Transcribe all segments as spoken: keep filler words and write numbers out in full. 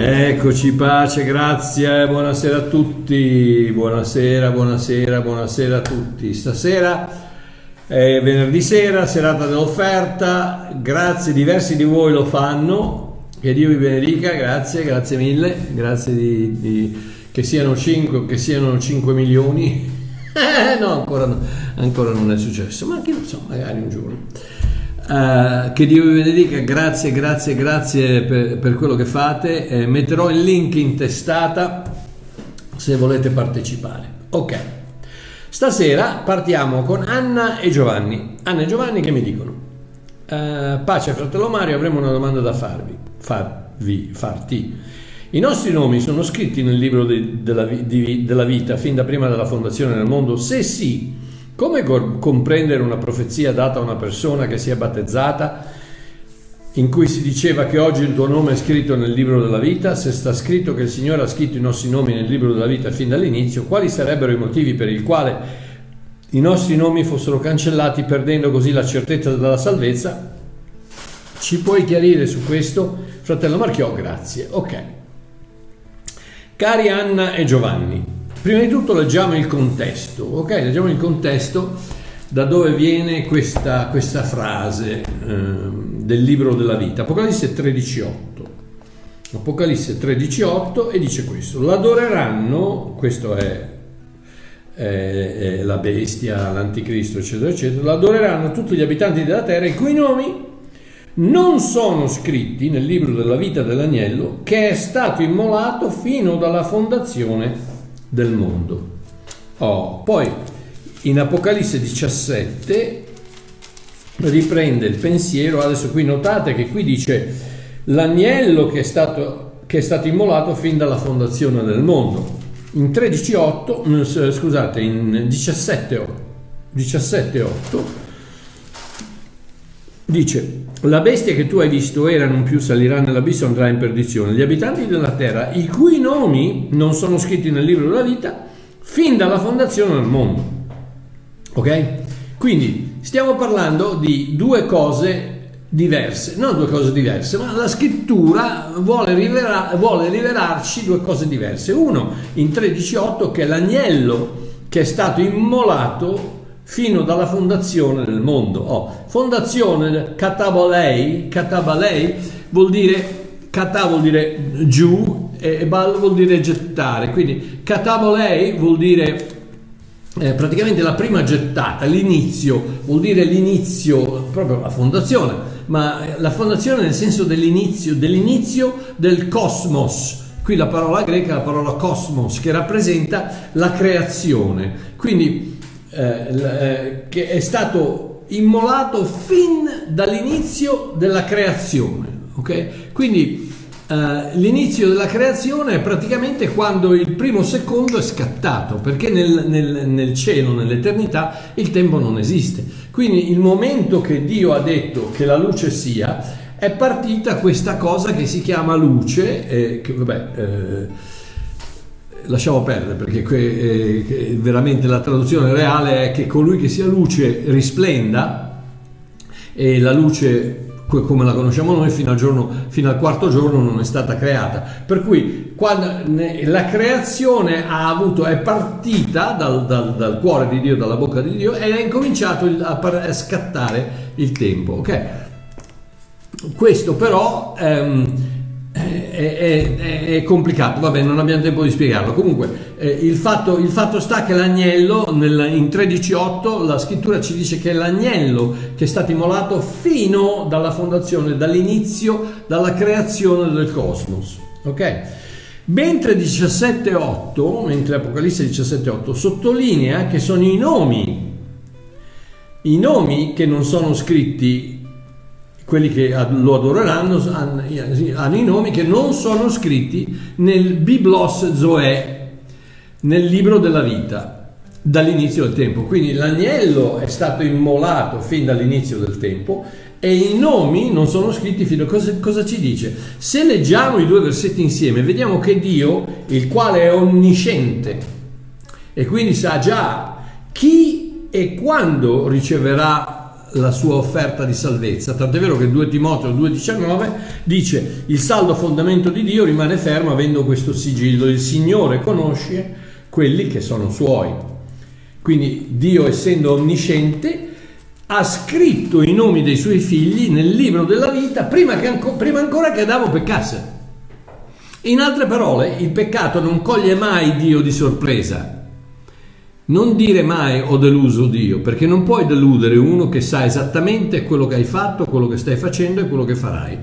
Eccoci, pace, grazie, buonasera a tutti, buonasera, buonasera, buonasera a tutti. Stasera è venerdì sera, serata dell'offerta, grazie, diversi di voi lo fanno, che Dio vi benedica, grazie, grazie mille, grazie di, di, che siano cinque, che siano cinque milioni, eh, no, ancora, ancora non è successo, ma chi lo so, magari un giorno. Uh, che Dio vi benedica, grazie, grazie, grazie per, per quello che fate. Eh, metterò il link in testata se volete partecipare. Ok, stasera partiamo con Anna e Giovanni. Anna e Giovanni che mi dicono? Uh, pace fratello Mario, avremo una domanda da farvi, farvi, farti. I nostri nomi sono scritti nel libro de, della, di, della vita fin da prima della fondazione del mondo? Se sì, come comprendere una profezia data a una persona che si è battezzata, in cui si diceva che oggi il tuo nome è scritto nel libro della vita? Se sta scritto che il Signore ha scritto i nostri nomi nel libro della vita fin dall'inizio, quali sarebbero i motivi per il quale i nostri nomi fossero cancellati, perdendo così la certezza della salvezza? Ci puoi chiarire su questo, fratello Marchiò? Grazie. Ok. Cari Anna e Giovanni, prima di tutto leggiamo il contesto, ok? Leggiamo il contesto da dove viene questa, questa frase eh, del libro della vita. Apocalisse tredici otto. Apocalisse tredici otto e dice questo: l'adoreranno, questo è, è, è la bestia, l'anticristo, eccetera, eccetera, l'adoreranno tutti gli abitanti della terra i cui nomi non sono scritti nel libro della vita dell'agnello che è stato immolato fino dalla fondazione del mondo. Oh, poi in Apocalisse diciassette riprende il pensiero. Adesso qui notate che qui dice l'agnello che è stato, che è stato immolato fin dalla fondazione del mondo. In tredici otto, scusate, in diciassette otto dice: la bestia che tu hai visto era non più salirà nell'abisso, andrà in perdizione. Gli abitanti della terra, i cui nomi non sono scritti nel libro della vita fin dalla fondazione del mondo. Ok? Quindi stiamo parlando di due cose diverse, non due cose diverse, ma la scrittura vuole, rivela, vuole rivelarci due cose diverse. Uno, in tredici otto, che è l'agnello che è stato immolato fino dalla fondazione del mondo. Oh, fondazione, katabalei, katabalei vuol dire, kata vuol dire giù e bal vuol dire gettare, quindi katabalei vuol dire eh, praticamente la prima gettata, l'inizio, vuol dire l'inizio, proprio la fondazione, ma la fondazione nel senso dell'inizio, dell'inizio del cosmos. Qui la parola greca è la parola cosmos, che rappresenta la creazione, quindi Eh, eh, che è stato immolato fin dall'inizio della creazione, ok? Quindi eh, l'inizio della creazione è praticamente quando il primo secondo è scattato, perché nel, nel, nel cielo, nell'eternità, il tempo non esiste. Quindi il momento che Dio ha detto che la luce sia, è partita questa cosa che si chiama luce, eh, che vabbè eh, lasciamo perdere, perché que, eh, veramente la traduzione reale è che colui che sia luce risplenda, e la luce come la conosciamo noi fino al, giorno, fino al quarto giorno non è stata creata, per cui quando ne, la creazione ha avuto, è partita dal, dal, dal cuore di Dio, dalla bocca di Dio, e ha incominciato a, a scattare il tempo, ok? Questo però ehm, È, è, è complicato, vabbè, non abbiamo tempo di spiegarlo. Comunque eh, il, fatto, il fatto sta che l'agnello nel, in tredici otto la scrittura ci dice che è l'agnello che è stato immolato fino dalla fondazione, dall'inizio, dalla creazione del cosmos, ok? Mentre diciassette otto, mentre Apocalisse diciassette otto sottolinea che sono i nomi i nomi che non sono scritti, quelli che lo adoreranno hanno, hanno i nomi che non sono scritti nel Biblos Zoe, nel libro della vita, dall'inizio del tempo. Quindi l'agnello è stato immolato fin dall'inizio del tempo e i nomi non sono scritti fino a... Cosa, cosa ci dice? Se leggiamo i due versetti insieme, vediamo che Dio, il quale è onnisciente e quindi sa già chi e quando riceverà la sua offerta di salvezza, tant'è vero che due Timoteo due diciannove dice: il saldo fondamento di Dio rimane fermo avendo questo sigillo, il Signore conosce quelli che sono suoi. Quindi Dio, essendo onnisciente, ha scritto i nomi dei suoi figli nel libro della vita prima, che anco, prima ancora che Adamo peccasse. In altre parole, il peccato non coglie mai Dio di sorpresa. Non dire mai ho deluso Dio, perché non puoi deludere uno che sa esattamente quello che hai fatto, quello che stai facendo e quello che farai.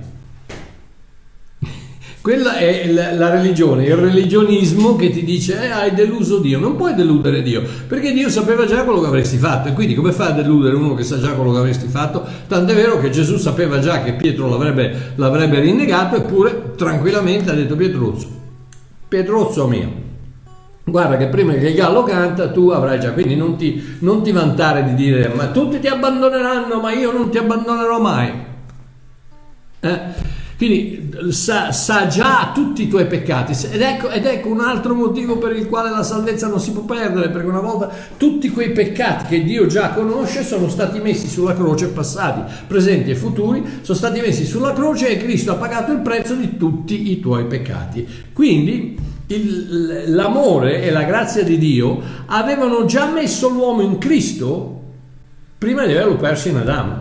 Quella è la, la religione, il religionismo che ti dice eh, hai deluso Dio. Non puoi deludere Dio, perché Dio sapeva già quello che avresti fatto, e quindi come fai a deludere uno che sa già quello che avresti fatto? Tant'è vero che Gesù sapeva già che Pietro l'avrebbe, l'avrebbe rinnegato, eppure tranquillamente ha detto: Pietruzzo, Pietruzzo mio, guarda che prima che il gallo canta tu avrai già, quindi non ti, non ti vantare di dire ma tutti ti abbandoneranno, ma io non ti abbandonerò mai. Eh? Quindi sa, sa già tutti i tuoi peccati, ed ecco, ed ecco un altro motivo per il quale la salvezza non si può perdere, perché una volta tutti quei peccati che Dio già conosce sono stati messi sulla croce, passati, presenti e futuri, sono stati messi sulla croce e Cristo ha pagato il prezzo di tutti i tuoi peccati. Quindi il, l'amore e la grazia di Dio avevano già messo l'uomo in Cristo prima di averlo perso in Adamo.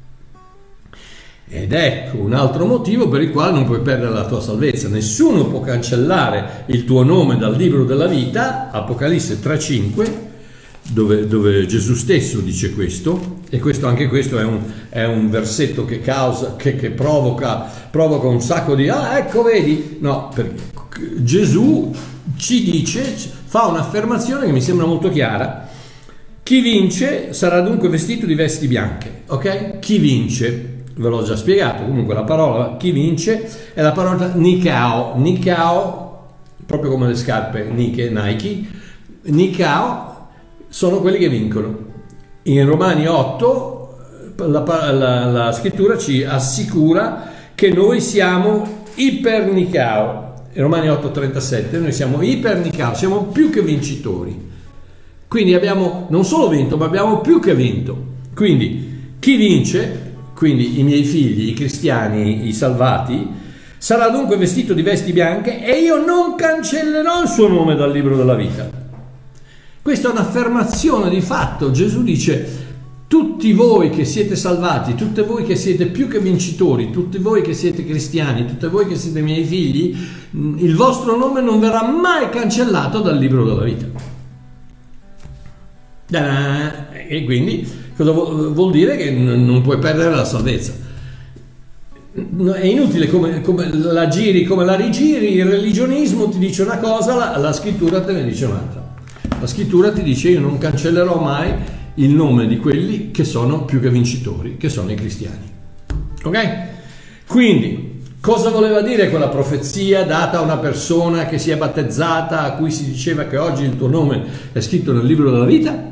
Ed ecco un altro motivo per il quale non puoi perdere la tua salvezza. Nessuno può cancellare il tuo nome dal libro della vita, Apocalisse tre cinque, dove, dove Gesù stesso dice questo, e questo, anche questo è un, è un versetto che causa, che, che provoca, provoca un sacco di ah ecco vedi, no, perché Gesù ci dice, fa un'affermazione che mi sembra molto chiara: chi vince sarà dunque vestito di vesti bianche, ok? Chi vince? Ve l'ho già spiegato. Comunque la parola chi vince è la parola Nikao. Nikao, proprio come le scarpe Nike, Nike, Nikao sono quelli che vincono. In Romani otto la, la, la scrittura ci assicura che noi siamo ipernikao. In Romani otto trentasette noi siamo ipernikao, siamo più che vincitori. Quindi abbiamo non solo vinto, ma abbiamo più che vinto. Quindi chi vince, quindi i miei figli, i cristiani, i salvati, sarà dunque vestito di vesti bianche e io non cancellerò il suo nome dal libro della vita. Questa è un'affermazione di fatto. Gesù dice: tutti voi che siete salvati, tutti voi che siete più che vincitori, tutti voi che siete cristiani, tutti voi che siete miei figli, il vostro nome non verrà mai cancellato dal libro della vita. E quindi cosa vuol dire? Che non puoi perdere la salvezza. È inutile come, come la giri, come la rigiri. Il religionismo ti dice una cosa, la, la scrittura te ne dice un'altra. La scrittura ti dice: io non cancellerò mai il nome di quelli che sono più che vincitori, che sono i cristiani. Ok? Quindi cosa voleva dire quella profezia data a una persona che si è battezzata, a cui si diceva che oggi il tuo nome è scritto nel libro della vita?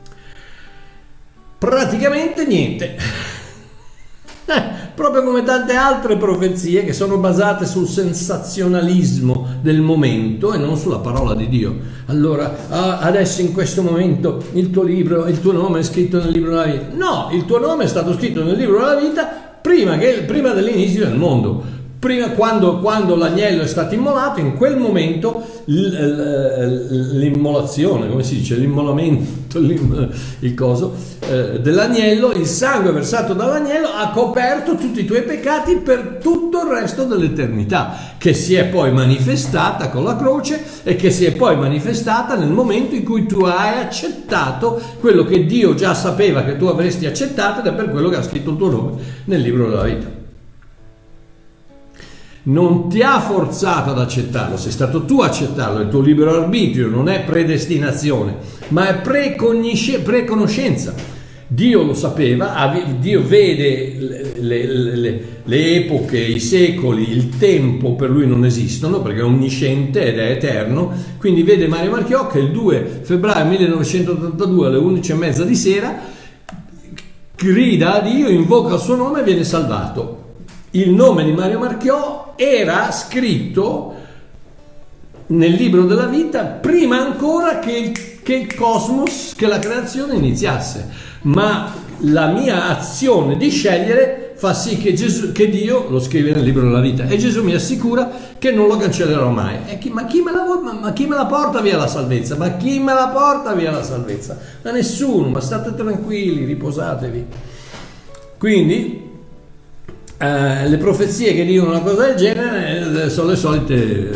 Praticamente niente. Eh, proprio come tante altre profezie che sono basate sul sensazionalismo del momento e non sulla parola di Dio. Allora, ah, adesso in questo momento il tuo libro, il tuo nome è scritto nel libro della vita. No, il tuo nome è stato scritto nel libro della vita prima, che, prima dell'inizio del mondo. Prima, quando, quando l'agnello è stato immolato, in quel momento l'immolazione, come si dice, l'immolamento, il coso eh, dell'agnello, il sangue versato dall'agnello ha coperto tutti i tuoi peccati per tutto il resto dell'eternità, che si è poi manifestata con la croce e che si è poi manifestata nel momento in cui tu hai accettato quello che Dio già sapeva che tu avresti accettato, ed è per quello che ha scritto il tuo nome nel libro della vita. Non ti ha forzato ad accettarlo, sei stato tu a accettarlo, il tuo libero arbitrio, non è predestinazione, ma è preconoscenza. Dio lo sapeva, Dio vede le, le, le, le epoche, i secoli, il tempo per lui non esistono, perché è onnisciente ed è eterno. Quindi vede Mario Marchiò che il due febbraio millenovecentottantadue alle undici e mezza di sera grida a Dio, invoca il suo nome e viene salvato. Il nome di Mario Marchiò era scritto nel libro della vita prima ancora che il, che il cosmos, che la creazione iniziasse, ma la mia azione di scegliere fa sì che, Gesù, che Dio lo scrive nel libro della vita, e Gesù mi assicura che non lo cancellerò mai. E chi, ma, chi me la, ma, ma chi me la porta via la salvezza? Ma chi me la porta via la salvezza? Ma nessuno, ma state tranquilli, riposatevi. Quindi eh, le profezie che dicono una cosa del genere eh, sono le solite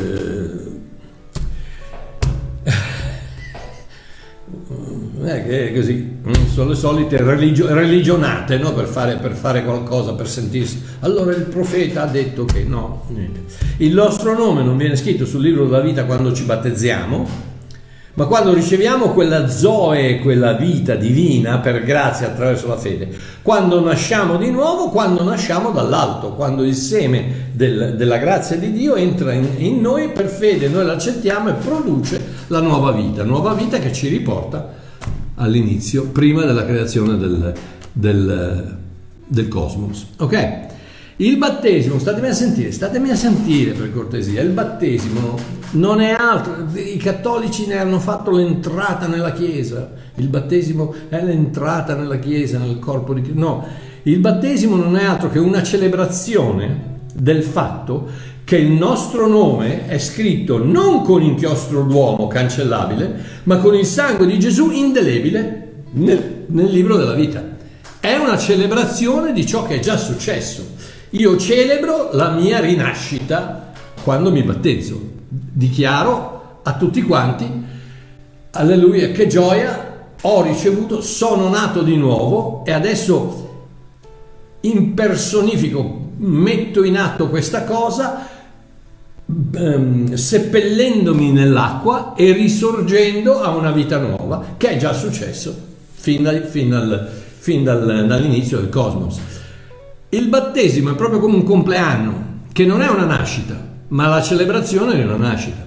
eh, eh, che è così, sono le solite religio- religionate, no? per, fare, per fare qualcosa, per sentirsi. Allora il profeta ha detto che no, niente. Il nostro nome non viene scritto sul libro della vita quando ci battezziamo, ma quando riceviamo quella zoe, quella vita divina per grazia attraverso la fede, quando nasciamo di nuovo, quando nasciamo dall'alto, quando il seme del, della grazia di Dio entra in, in noi per fede, noi l'accettiamo e produce la nuova vita, nuova vita che ci riporta all'inizio, prima della creazione del, del, del cosmos. Ok? Il battesimo, statemi a sentire, statemi a sentire per cortesia, il battesimo non è altro, i cattolici ne hanno fatto l'entrata nella Chiesa, il battesimo è l'entrata nella Chiesa, nel corpo di Cristo. No, il battesimo non è altro che una celebrazione del fatto che il nostro nome è scritto non con inchiostro d'uomo cancellabile, ma con il sangue di Gesù indelebile nel, nel libro della vita. È una celebrazione di ciò che è già successo. Io celebro la mia rinascita quando mi battezzo. Dichiaro a tutti quanti, alleluia, che gioia, ho ricevuto, sono nato di nuovo e adesso impersonifico, metto in atto questa cosa, ehm, seppellendomi nell'acqua e risorgendo a una vita nuova, che è già successo fin, da, fin, dal, fin dal, dall'inizio del cosmos. Il battesimo è proprio come un compleanno, che non è una nascita, ma la celebrazione di una nascita.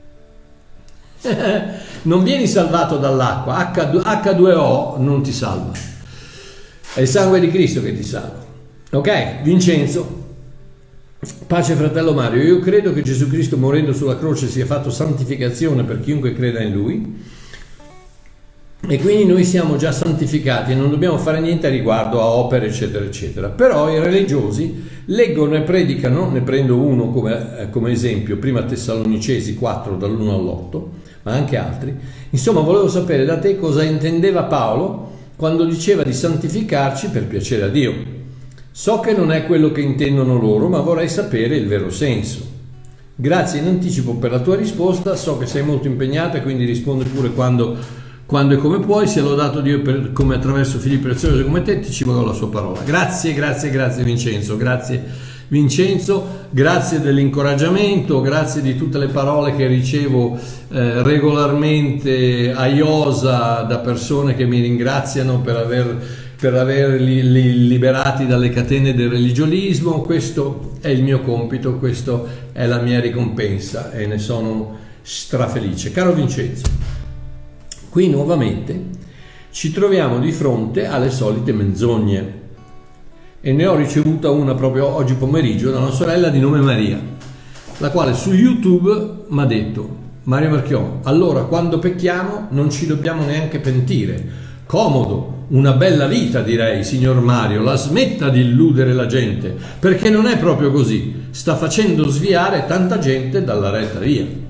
Non vieni salvato dall'acqua, acca due o non ti salva, è il sangue di Cristo che ti salva. Ok, Vincenzo, pace fratello Mario, io credo che Gesù Cristo morendo sulla croce sia fatto santificazione per chiunque creda in Lui, e quindi noi siamo già santificati e non dobbiamo fare niente a riguardo a opere eccetera eccetera. Però i religiosi leggono e predicano, ne prendo uno come, eh, come esempio, prima Tessalonicesi quattro dall'uno all'otto, ma anche altri. Insomma, volevo sapere da te cosa intendeva Paolo quando diceva di santificarci per piacere a Dio. So che non è quello che intendono loro, ma vorrei sapere il vero senso. Grazie in anticipo per la tua risposta, so che sei molto impegnato e quindi rispondi pure quando quando e come puoi, sia lodato Dio per, come attraverso figli preziosi come te, ti ci voglio la sua parola. Grazie, grazie, grazie Vincenzo, grazie Vincenzo, grazie dell'incoraggiamento, grazie di tutte le parole che ricevo eh, regolarmente a iosa da persone che mi ringraziano per aver per averli li liberati dalle catene del religionismo. Questo è il mio compito, questa è la mia ricompensa e ne sono strafelice. Caro Vincenzo, qui nuovamente ci troviamo di fronte alle solite menzogne e ne ho ricevuta una proprio oggi pomeriggio da una sorella di nome Maria, la quale su YouTube mi ha detto: Mario Marchiò, allora quando pecchiamo non ci dobbiamo neanche pentire, comodo, una bella vita direi, signor Mario, la smetta di illudere la gente, perché non è proprio così, sta facendo sviare tanta gente dalla retta via.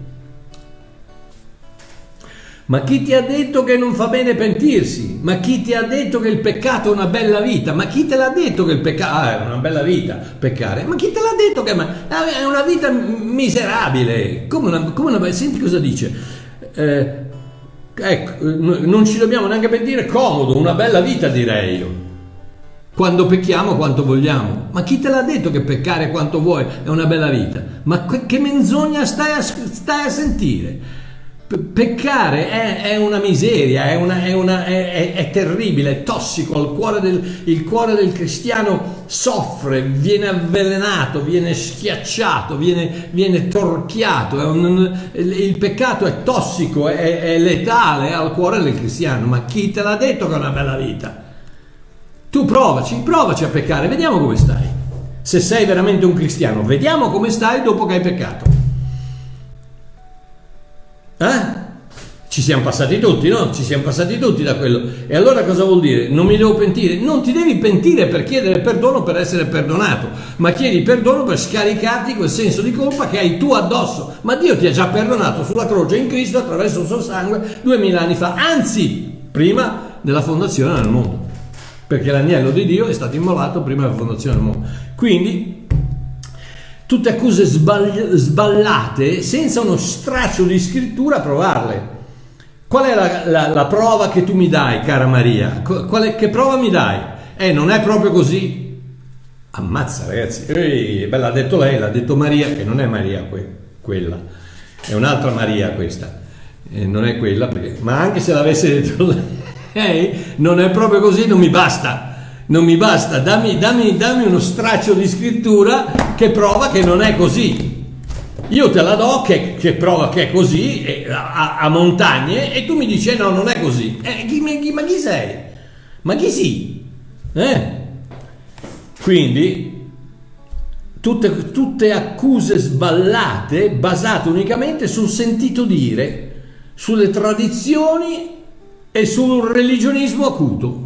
Ma chi ti ha detto che non fa bene pentirsi? Ma chi ti ha detto che il peccato è una bella vita? Ma chi te l'ha detto che il peccato ah, è una bella vita peccare? Ma chi te l'ha detto che è una vita miserabile? Come una, come una senti cosa dice? Eh, ecco, non ci dobbiamo neanche pentire, comodo, una bella vita direi io. Quando pecchiamo quanto vogliamo. Ma chi te l'ha detto che peccare quanto vuoi è una bella vita? Ma che menzogna stai a, stai a sentire? Peccare è, è una miseria, è, una, è, una, è, è, è terribile, è tossico. Il cuore, del, il cuore del cristiano soffre, viene avvelenato, viene schiacciato, viene, viene torchiato. È un, il peccato è tossico, è, è letale al cuore del cristiano. Ma chi te l'ha detto che è una bella vita? Tu provaci, provaci a peccare, vediamo come stai. Se sei veramente un cristiano, vediamo come stai dopo che hai peccato. Eh? Ci siamo passati tutti, no? Ci siamo passati tutti da quello. E allora cosa vuol dire? Non mi devo pentire? Non ti devi pentire per chiedere perdono per essere perdonato, ma chiedi perdono per scaricarti quel senso di colpa che hai tu addosso. Ma Dio ti ha già perdonato sulla croce in Cristo attraverso il suo sangue duemila anni fa, anzi, prima della fondazione del mondo. Perché l'agnello di Dio è stato immolato prima della fondazione del mondo. Quindi, tutte accuse sbagli- sballate, senza uno straccio di scrittura a provarle. Qual è la, la, la prova che tu mi dai, cara Maria? Qual è, che prova mi dai? Eh, non è proprio così. Ammazza, ragazzi. Ehi, beh, l'ha detto lei, l'ha detto Maria, che non è Maria que, quella, è un'altra Maria questa. Eh, non è quella, perché, ma anche se l'avesse detto lei, non è proprio così, non mi basta. Non mi basta, dammi, dammi, dammi uno straccio di scrittura che prova che non è così. Io te la do che, che prova che è così eh, a, a montagne e tu mi dici eh, no, non è così. Eh, chi, chi, ma chi sei? Ma chi sì? Eh? Quindi tutte, tutte accuse sballate basate unicamente sul sentito dire, sulle tradizioni e sul religionismo acuto.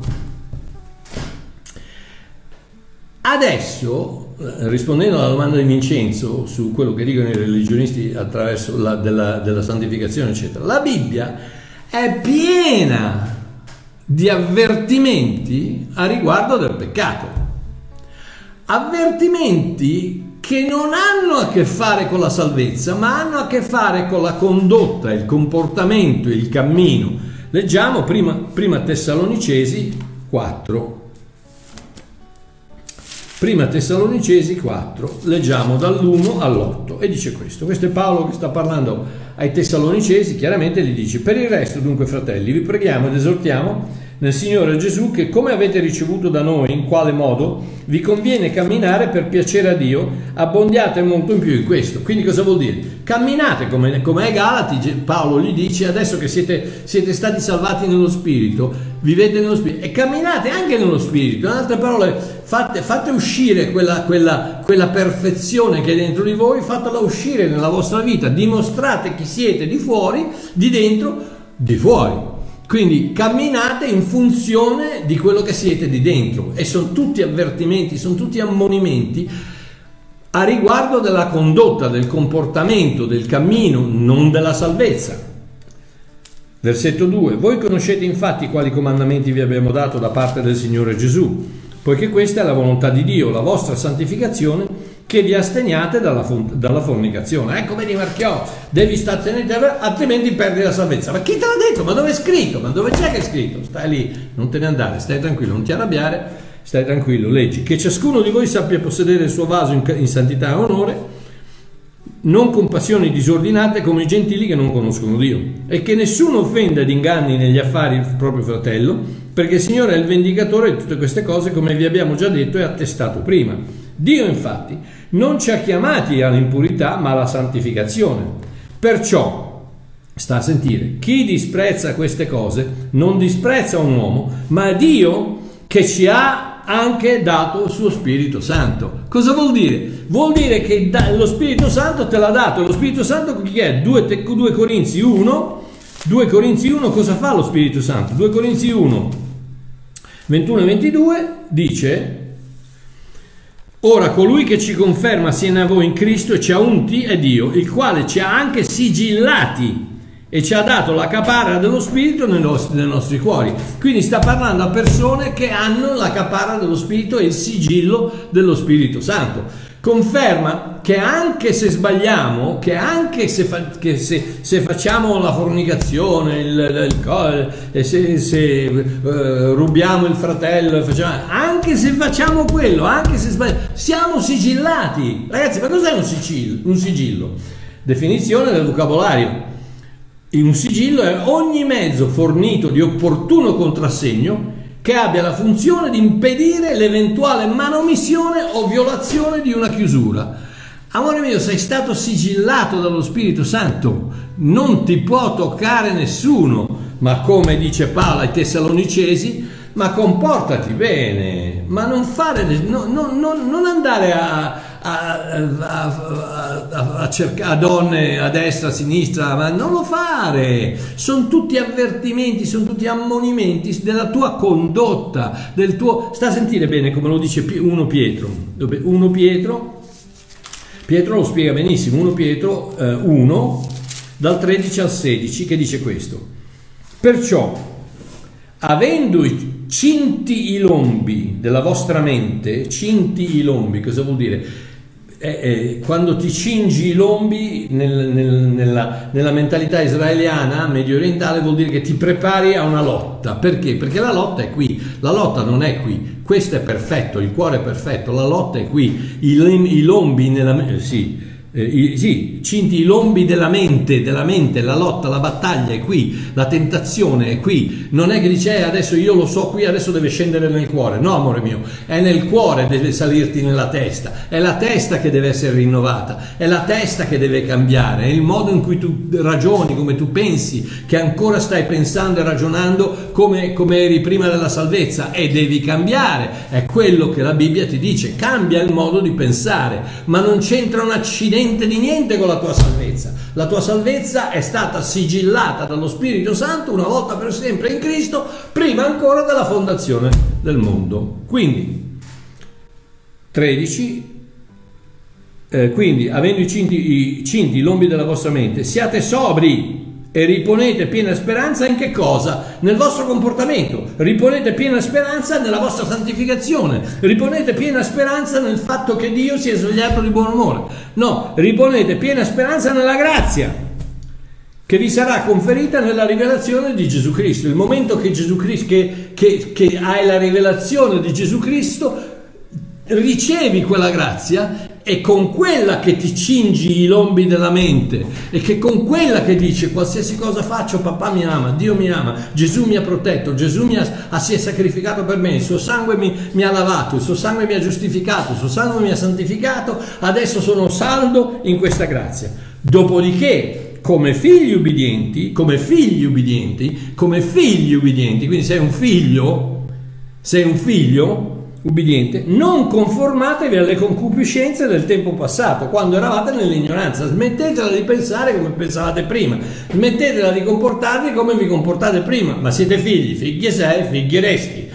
Adesso, rispondendo alla domanda di Vincenzo su quello che dicono i religionisti attraverso la, della, della santificazione, eccetera, la Bibbia è piena di avvertimenti a riguardo del peccato. Avvertimenti che non hanno a che fare con la salvezza, ma hanno a che fare con la condotta, il comportamento, il cammino. Leggiamo prima, prima Tessalonicesi quattro. Prima Tessalonicesi quattro, leggiamo dall'uno all'otto e dice questo. Questo è Paolo che sta parlando ai Tessalonicesi, chiaramente gli dice: per il resto, dunque, fratelli, vi preghiamo ed esortiamo nel Signore Gesù che, come avete ricevuto da noi, in quale modo vi conviene camminare per piacere a Dio, abbondiate molto in più in questo. Quindi cosa vuol dire? Camminate come, come ai Galati, Paolo gli dice: adesso che siete, siete stati salvati nello Spirito, vivete nello Spirito e camminate anche nello Spirito. In altre parole, fate, fate uscire quella, quella, quella perfezione che è dentro di voi, fatela uscire nella vostra vita, dimostrate chi siete di fuori, di dentro, di fuori. Quindi camminate in funzione di quello che siete di dentro, e sono tutti avvertimenti, sono tutti ammonimenti a riguardo della condotta, del comportamento, del cammino, non della salvezza. Versetto due: voi conoscete infatti quali comandamenti vi abbiamo dato da parte del Signore Gesù, poiché questa è la volontà di Dio, la vostra santificazione, che vi asteniate dalla, dalla fornicazione. Ecco, vedi Marchiò, devi stare, altrimenti perdi la salvezza. Ma chi te l'ha detto? Ma dove è scritto? Ma dove c'è che è scritto? Stai lì, non te ne andare, stai tranquillo, non ti arrabbiare, stai tranquillo, leggi. Che ciascuno di voi sappia possedere il suo vaso in, in santità e onore, non con passioni disordinate come i gentili che non conoscono Dio, e che nessuno offenda ed inganni negli affari il proprio fratello, perché il Signore è il vendicatore di tutte queste cose, come vi abbiamo già detto e attestato prima. Dio infatti non ci ha chiamati all'impurità ma alla santificazione. Perciò, sta a sentire, chi disprezza queste cose non disprezza un uomo, ma Dio che ci ha anche dato il suo Spirito Santo. Cosa vuol dire? Vuol dire che lo Spirito Santo te l'ha dato. Lo Spirito Santo chi è? due Corinzi uno. due Corinzi uno cosa fa lo Spirito Santo? due Corinzi uno, ventuno e ventidue dice: ora colui che ci conferma assieme a voi in Cristo e ci ha unti è Dio, il quale ci ha anche sigillati e ci ha dato la caparra dello Spirito nei nostri, nei nostri cuori. Quindi sta parlando a persone che hanno la caparra dello Spirito e il sigillo dello Spirito Santo. Conferma che anche se sbagliamo, che anche se, fa, che se, se facciamo la fornicazione, il, il, il, se, se uh, rubiamo il fratello, facciamo, anche se facciamo quello, anche se sbagliamo, siamo sigillati. Ragazzi, ma cos'è un sigillo? Un sigillo? Definizione del vocabolario. Un sigillo è ogni mezzo fornito di opportuno contrassegno che abbia la funzione di impedire l'eventuale manomissione o violazione di una chiusura. Amore mio, sei stato sigillato dallo Spirito Santo, non ti può toccare nessuno, ma come dice Paolo ai Tessalonicesi, ma comportati bene, ma non fare, no, no, no, non andare a, a, a, a, a cercare donne a destra, a sinistra, ma non lo fare. Sono tutti avvertimenti, sono tutti ammonimenti della tua condotta, del tuo... Sta a sentire bene come lo dice uno Pietro. uno Pietro, Pietro lo spiega benissimo, uno Pietro eh, uno, dal tredici al sedici, che dice questo: perciò, avendo cinti i lombi della vostra mente, cinti i lombi, cosa vuol dire? Eh, eh, quando ti cingi i lombi nel, nel, nella, nella mentalità israeliana, medio orientale, vuol dire che ti prepari a una lotta. Perché? Perché la lotta è qui, la lotta non è qui, questo è perfetto, il cuore è perfetto, la lotta è qui, i, i lombi nella eh, sì. Eh, i, sì, cinti i lombi della mente, della mente, la lotta, la battaglia è qui, la tentazione è qui. Non è che dice eh, adesso io lo so qui, adesso deve scendere nel cuore. No, amore mio, è nel cuore, deve salirti nella testa. È la testa che deve essere rinnovata, è la testa che deve cambiare, è il modo in cui tu ragioni, come tu pensi, che ancora stai pensando e ragionando come, come eri prima della salvezza, e devi cambiare. È quello che la Bibbia ti dice: cambia il modo di pensare. Ma non c'entra un accidente di niente con la tua salvezza. La tua salvezza è stata sigillata dallo Spirito Santo una volta per sempre in Cristo, prima ancora della fondazione del mondo. Quindi tredici eh, quindi avendo i cinti, i cinti i lombi della vostra mente, siate sobri e riponete piena speranza in che cosa? Nel vostro comportamento. Riponete piena speranza nella vostra santificazione. Riponete piena speranza nel fatto che Dio si è svegliato di buon umore. No, riponete piena speranza nella grazia che vi sarà conferita nella rivelazione di Gesù Cristo. Il momento che Gesù Cristo, che, che, che hai la rivelazione di Gesù Cristo, ricevi quella grazia, e con quella che ti cingi i lombi della mente, e che con quella che dice: qualsiasi cosa faccio, papà mi ama, Dio mi ama, Gesù mi ha protetto, Gesù mi ha, ha, si è sacrificato per me, il suo sangue mi, mi ha lavato, il suo sangue mi ha giustificato, il suo sangue mi ha santificato, adesso sono saldo in questa grazia. Dopodiché, come figli ubbidienti, come figli ubbidienti, come figli ubbidienti, quindi sei un figlio, sei un figlio ubbidiente, non conformatevi alle concupiscenze del tempo passato, quando eravate nell'ignoranza. Smettetela di pensare come pensavate prima, smettetela di comportarvi come vi comportate prima. Ma siete figli, figli sei, figli resti.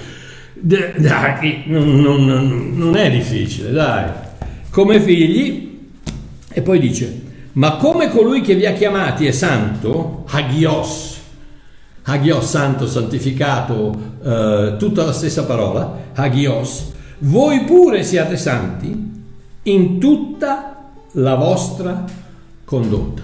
Dai, non, non, non è difficile, dai. Come figli. E poi dice: ma come colui che vi ha chiamati è santo, hagios, hagios, santo, santificato, eh, tutta la stessa parola, hagios, voi pure siate santi in tutta la vostra condotta.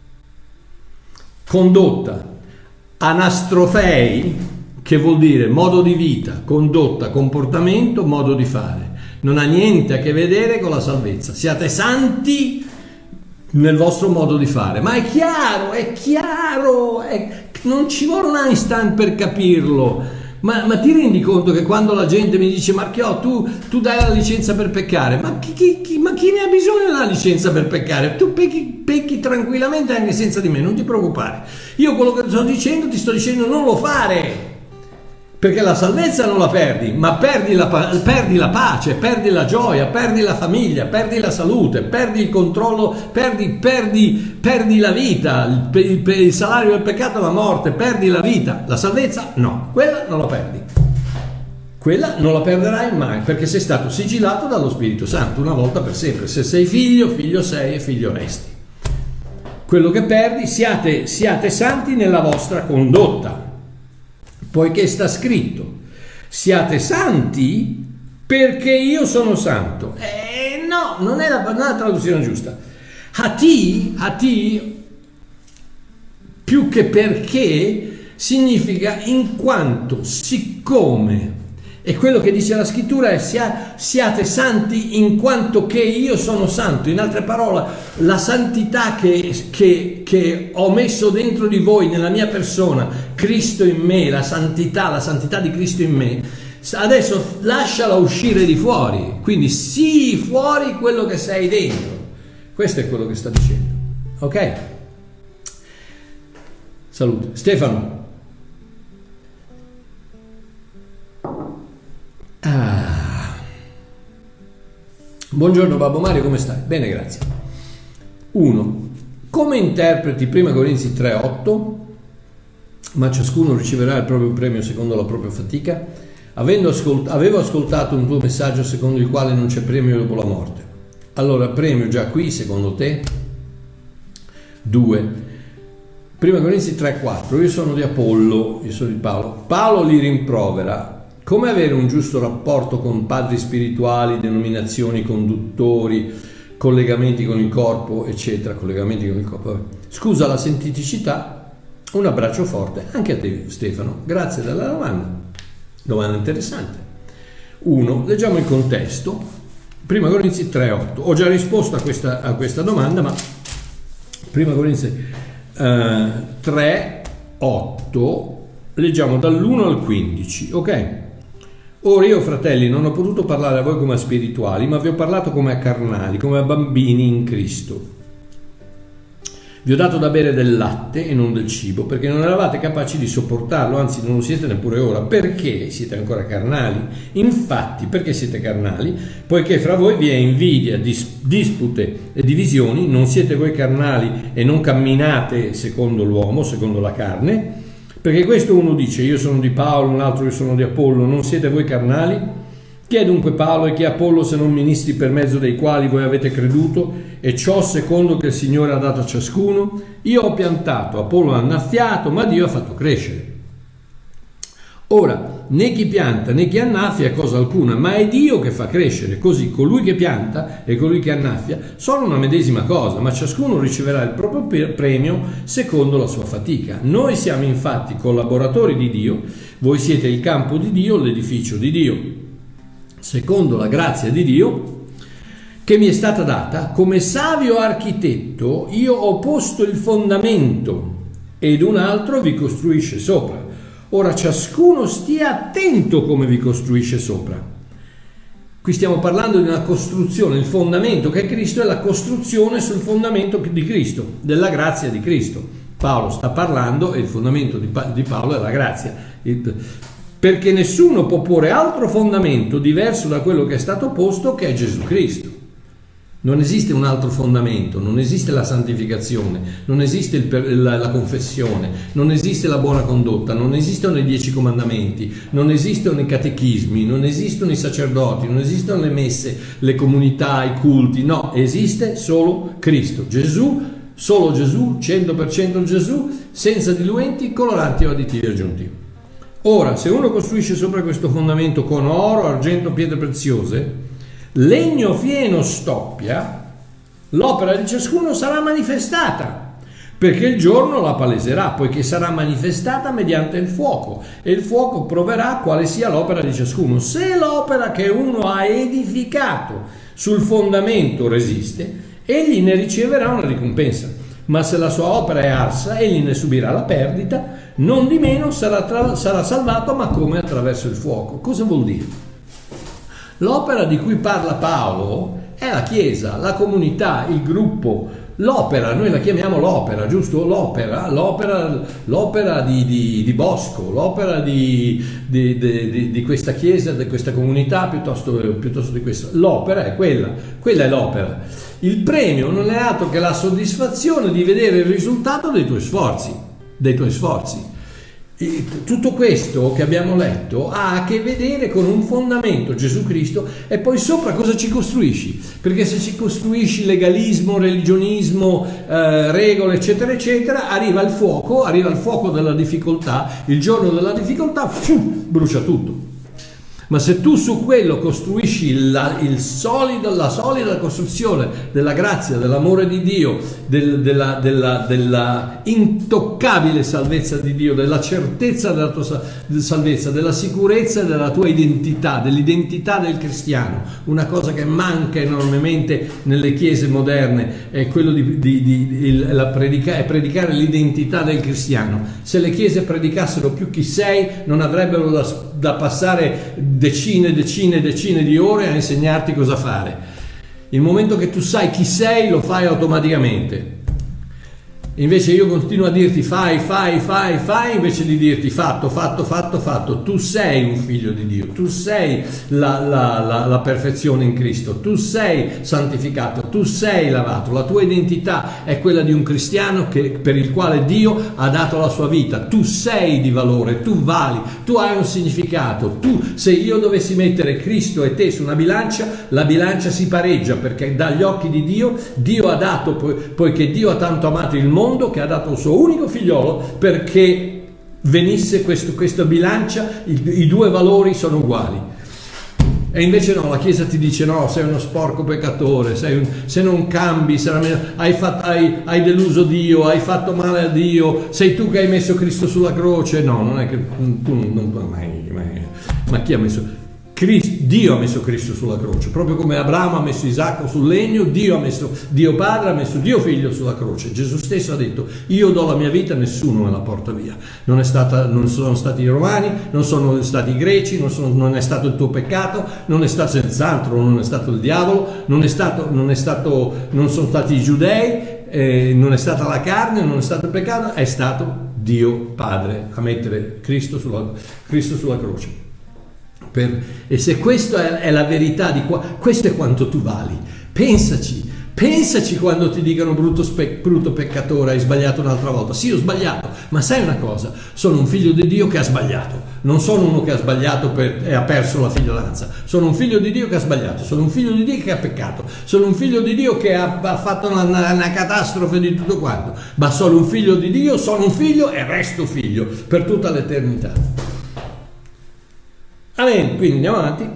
Condotta, anastrofei, che vuol dire modo di vita, condotta, comportamento, modo di fare. Non ha niente a che vedere con la salvezza. Siate santi nel vostro modo di fare. Ma è chiaro, è chiaro, è... non ci vuole un Einstein per capirlo. Ma, ma ti rendi conto che quando la gente mi dice: Marchiò, tu, tu dai la licenza per peccare, ma chi, chi, chi, ma chi ne ha bisogno della licenza per peccare? Tu pecchi, pecchi tranquillamente anche senza di me, non ti preoccupare. Io quello che sto dicendo, ti sto dicendo non lo fare, perché la salvezza non la perdi, ma perdi la, perdi la pace, perdi la gioia, perdi la famiglia, perdi la salute, perdi il controllo, perdi, perdi, perdi la vita. Il, il, il salario del peccato è la morte, perdi la vita. La salvezza no, quella non la perdi, quella non la perderai mai, perché sei stato sigillato dallo Spirito Santo una volta per sempre. Se sei figlio, figlio sei e figlio resti. Quello che perdi, siate, siate santi nella vostra condotta, poiché sta scritto: siate santi perché io sono santo. Eh, no, non è la, non è la traduzione giusta. Hati, hati, più che perché, significa in quanto, siccome. E quello che dice la scrittura è: sia, siate santi in quanto che io sono santo. In altre parole, la santità che, che, che ho messo dentro di voi, nella mia persona, Cristo in me, la santità, la santità di Cristo in me, adesso lasciala uscire di fuori. Quindi sii fuori quello che sei dentro. Questo è quello che sta dicendo. Ok? Salute. Stefano. Ah. Buongiorno Babbo Mario, come stai? Bene, grazie. uno. Come interpreti prima Corinzi tre otto? Ma ciascuno riceverà il proprio premio secondo la propria fatica. Avendo ascolt- avevo ascoltato un tuo messaggio secondo il quale non c'è premio dopo la morte. Allora, premio già qui secondo te? due. Prima Corinzi tre quattro. Io sono di Apollo, io sono di Paolo. Paolo li rimprovera. Come avere un giusto rapporto con padri spirituali, denominazioni, conduttori, collegamenti con il corpo, eccetera, collegamenti con il corpo. Scusa la sinteticità, un abbraccio forte anche a te Stefano, grazie della domanda, domanda interessante. uno. Leggiamo il contesto, prima Corinzi tre otto, ho già risposto a questa, a questa domanda, ma prima Corinzi eh, tre otto, leggiamo dall'uno al quindici, ok? Ora io, fratelli, non ho potuto parlare a voi come a spirituali, ma vi ho parlato come a carnali, come a bambini in Cristo. Vi ho dato da bere del latte e non del cibo, perché non eravate capaci di sopportarlo, anzi non lo siete neppure ora, perché siete ancora carnali. Infatti, perché siete carnali? Poiché fra voi vi è invidia, dis- dispute e divisioni, non siete voi carnali e non camminate secondo l'uomo, secondo la carne. Perché questo uno dice, io sono di Paolo, un altro io sono di Apollo, non siete voi carnali? Chi è dunque Paolo e chi è Apollo se non ministri per mezzo dei quali voi avete creduto, e ciò secondo che il Signore ha dato a ciascuno? Io ho piantato, Apollo ha annaffiato, ma Dio ha fatto crescere. Ora, né chi pianta né chi annaffia è cosa alcuna, ma è Dio che fa crescere, così colui che pianta e colui che annaffia sono una medesima cosa, ma ciascuno riceverà il proprio premio secondo la sua fatica. Noi siamo infatti collaboratori di Dio, voi siete il campo di Dio, l'edificio di Dio. Secondo la grazia di Dio che mi è stata data, come savio architetto io ho posto il fondamento ed un altro vi costruisce sopra. Ora ciascuno stia attento come vi costruisce sopra. Qui stiamo parlando di una costruzione, il fondamento che è Cristo è la costruzione sul fondamento di Cristo, della grazia di Cristo. Paolo sta parlando e il fondamento di, pa- di Paolo è la grazia, il, perché nessuno può porre altro fondamento diverso da quello che è stato posto, che è Gesù Cristo. Non esiste un altro fondamento, non esiste la santificazione, non esiste il, la, la confessione, non esiste la buona condotta, non esistono i dieci comandamenti, non esistono i catechismi, non esistono i sacerdoti, non esistono le messe, le comunità, i culti, no, esiste solo Cristo, Gesù, solo Gesù, cento per cento Gesù, senza diluenti, coloranti o additivi aggiuntivi. Ora, se uno costruisce sopra questo fondamento con oro, argento, pietre preziose, legno, fieno, stoppia, l'opera di ciascuno sarà manifestata, perché il giorno la paleserà, poiché sarà manifestata mediante il fuoco, e il fuoco proverà quale sia l'opera di ciascuno. Se l'opera che uno ha edificato sul fondamento resiste, egli ne riceverà una ricompensa, ma se la sua opera è arsa, egli ne subirà la perdita, non di meno sarà, tra- sarà salvato, ma come attraverso il fuoco. Cosa vuol dire? L'opera di cui parla Paolo è la Chiesa, la comunità, il gruppo, l'opera, noi la chiamiamo l'opera, giusto? L'opera, l'opera, l'opera di, di, di Bosco, l'opera di, di, di, di questa Chiesa, di questa comunità, piuttosto, piuttosto di questo. L'opera è quella, quella è l'opera. Il premio non è altro che la soddisfazione di vedere il risultato dei tuoi sforzi, dei tuoi sforzi. E tutto questo che abbiamo letto ha a che vedere con un fondamento, Gesù Cristo, e poi sopra cosa ci costruisci? Perché se ci costruisci legalismo, religionismo, eh, regole, eccetera, eccetera, arriva il fuoco, arriva il fuoco della difficoltà, il giorno della difficoltà, fiu, brucia tutto. Ma se tu su quello costruisci la, il solido, la solida costruzione della grazia, dell'amore di Dio, del, della, della, della intoccabile salvezza di Dio, della certezza della tua salvezza, della sicurezza della tua identità, dell'identità del cristiano, una cosa che manca enormemente nelle chiese moderne è quello di, di, di, di la predica, è predicare l'identità del cristiano. Se le chiese predicassero più chi sei, non avrebbero da, da passare decine, decine, decine di ore a insegnarti cosa fare. Il momento che tu sai chi sei lo fai automaticamente. Invece io continuo a dirti fai, fai, fai, fai, invece di dirti fatto, fatto, fatto, fatto. Tu sei un figlio di Dio, tu sei la, la, la, la perfezione in Cristo, tu sei santificato, tu sei lavato, la tua identità è quella di un cristiano che, per il quale Dio ha dato la sua vita. Tu sei di valore, tu vali, tu hai un significato. Tu, se io dovessi mettere Cristo e te su una bilancia, la bilancia si pareggia, perché dagli occhi di Dio, Dio ha dato, poiché Dio ha tanto amato il mondo, che ha dato il suo unico figliolo perché venisse questo, questa bilancia, i, i due valori sono uguali. E invece no, la Chiesa ti dice no, sei uno sporco peccatore, sei un, se non cambi sarà, hai, fatto, hai, hai deluso Dio, hai fatto male a Dio, sei tu che hai messo Cristo sulla croce. No, non è che tu non, ma, ma, ma chi ha messo? Cristo, Dio ha messo Cristo sulla croce, proprio come Abramo ha messo Isacco sul legno, Dio ha messo, Dio Padre ha messo Dio Figlio sulla croce. Gesù stesso ha detto: io do la mia vita, nessuno me la porta via. Non è stata, non sono stati i romani, non sono stati i greci, non, sono, non è stato il tuo peccato, non è stato senz'altro, non è stato il diavolo, non è stato, non è stato, non sono stati i giudei, eh, non è stata la carne, non è stato il peccato, è stato Dio Padre a mettere Cristo sulla, Cristo sulla croce. Per, e se questa è, è la verità di qua, questo è quanto tu vali. Pensaci, pensaci quando ti dicono brutto, spe, brutto peccatore, hai sbagliato un'altra volta. Sì, ho sbagliato, ma sai una cosa? Sono un figlio di Dio che ha sbagliato. Non sono uno che ha sbagliato per, e ha perso la figliolanza. Sono un figlio di Dio che ha sbagliato. Sono un figlio di Dio che ha peccato. Sono un figlio di Dio che ha, ha fatto una, una catastrofe di tutto quanto. Ma sono un figlio di Dio, sono un figlio e resto figlio per tutta l'eternità. Amen. Quindi andiamo avanti.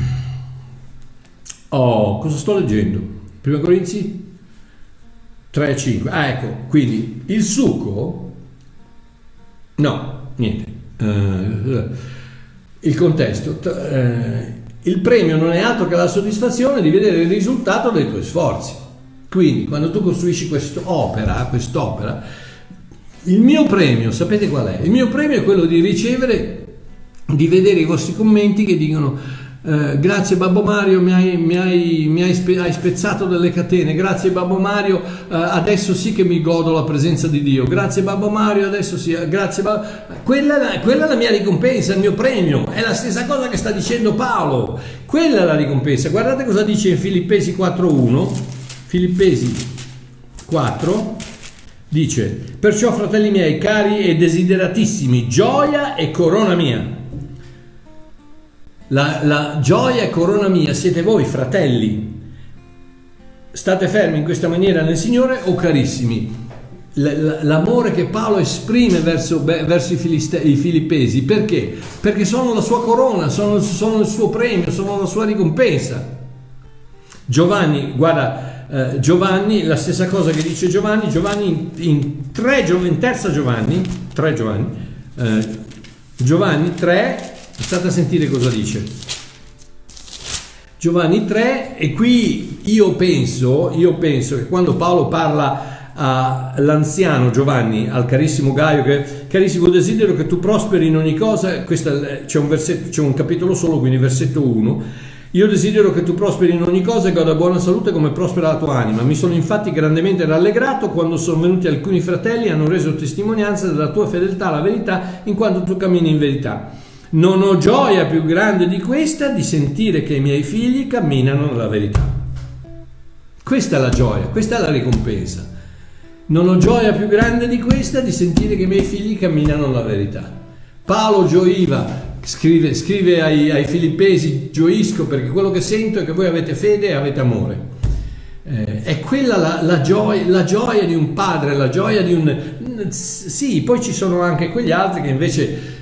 Oh, cosa sto leggendo? Prima Corinzi tre cinque. Ah, ecco, quindi il succo, no, niente, uh, il contesto, uh, il premio non è altro che la soddisfazione di vedere il risultato dei tuoi sforzi. Quindi quando tu costruisci quest'opera, quest'opera, il mio premio, sapete qual è? Il mio premio è quello di ricevere, di vedere i vostri commenti che dicono eh, grazie Babbo Mario, mi hai, mi hai, mi hai, spe- hai spezzato delle catene, grazie Babbo Mario, eh, adesso sì che mi godo la presenza di Dio, grazie Babbo Mario, adesso sì, grazie Babbo... Quella, quella è la mia ricompensa, il mio premio, è la stessa cosa che sta dicendo Paolo, quella è la ricompensa. Guardate cosa dice in Filippesi quattro uno, Filippesi quattro dice: perciò fratelli miei cari e desideratissimi, gioia e corona mia. La, la gioia e corona mia siete voi, fratelli. State fermi in questa maniera nel Signore, o carissimi. L- l'amore che Paolo esprime verso, verso i, filiste, i filippesi, perché? Perché sono la sua corona, sono, sono il suo premio, sono la sua ricompensa. Giovanni, guarda, eh, Giovanni, la stessa cosa che dice Giovanni, Giovanni in, in, tre, in terza Giovanni, tre Giovanni, eh, Giovanni tre, state a sentire cosa dice Giovanni tre, e qui io penso, io penso che quando Paolo parla all'anziano Giovanni, al carissimo Gaio, che carissimo, desidero che tu prosperi in ogni cosa, questa, c'è un versetto, c'è un capitolo solo, quindi versetto uno, io desidero che tu prosperi in ogni cosa e goda buona salute come prospera la tua anima. Mi sono infatti grandemente rallegrato quando sono venuti alcuni fratelli e hanno reso testimonianza della tua fedeltà alla verità, in quanto tu cammini in verità. Non ho gioia più grande di questa, di sentire che i miei figli camminano nella verità. Questa è la gioia, questa è la ricompensa. Non ho gioia più grande di questa, di sentire che i miei figli camminano nella verità. Paolo gioiva, scrive, scrive ai, ai Filippesi: gioisco perché quello che sento è che voi avete fede e avete amore. Eh, è quella la, la, gioia, la gioia di un padre, la gioia di un... Sì, poi ci sono anche quegli altri che invece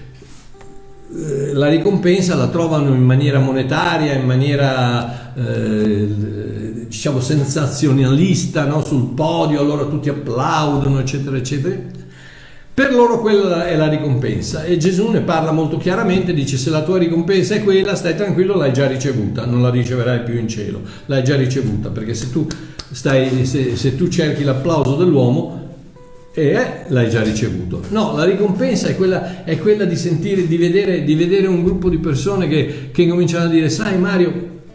la ricompensa la trovano in maniera monetaria, in maniera eh, diciamo sensazionalista, no? Sul podio, allora tutti applaudono, eccetera eccetera. Per loro quella è la ricompensa, e Gesù ne parla molto chiaramente, dice: se la tua ricompensa è quella, stai tranquillo, l'hai già ricevuta, non la riceverai più in cielo, l'hai già ricevuta, perché se tu stai se, se tu cerchi l'applauso dell'uomo, e eh, l'hai già ricevuto. No, la ricompensa è quella, è quella di sentire, di vedere, di vedere un gruppo di persone che, che cominciano a dire: sai Mario,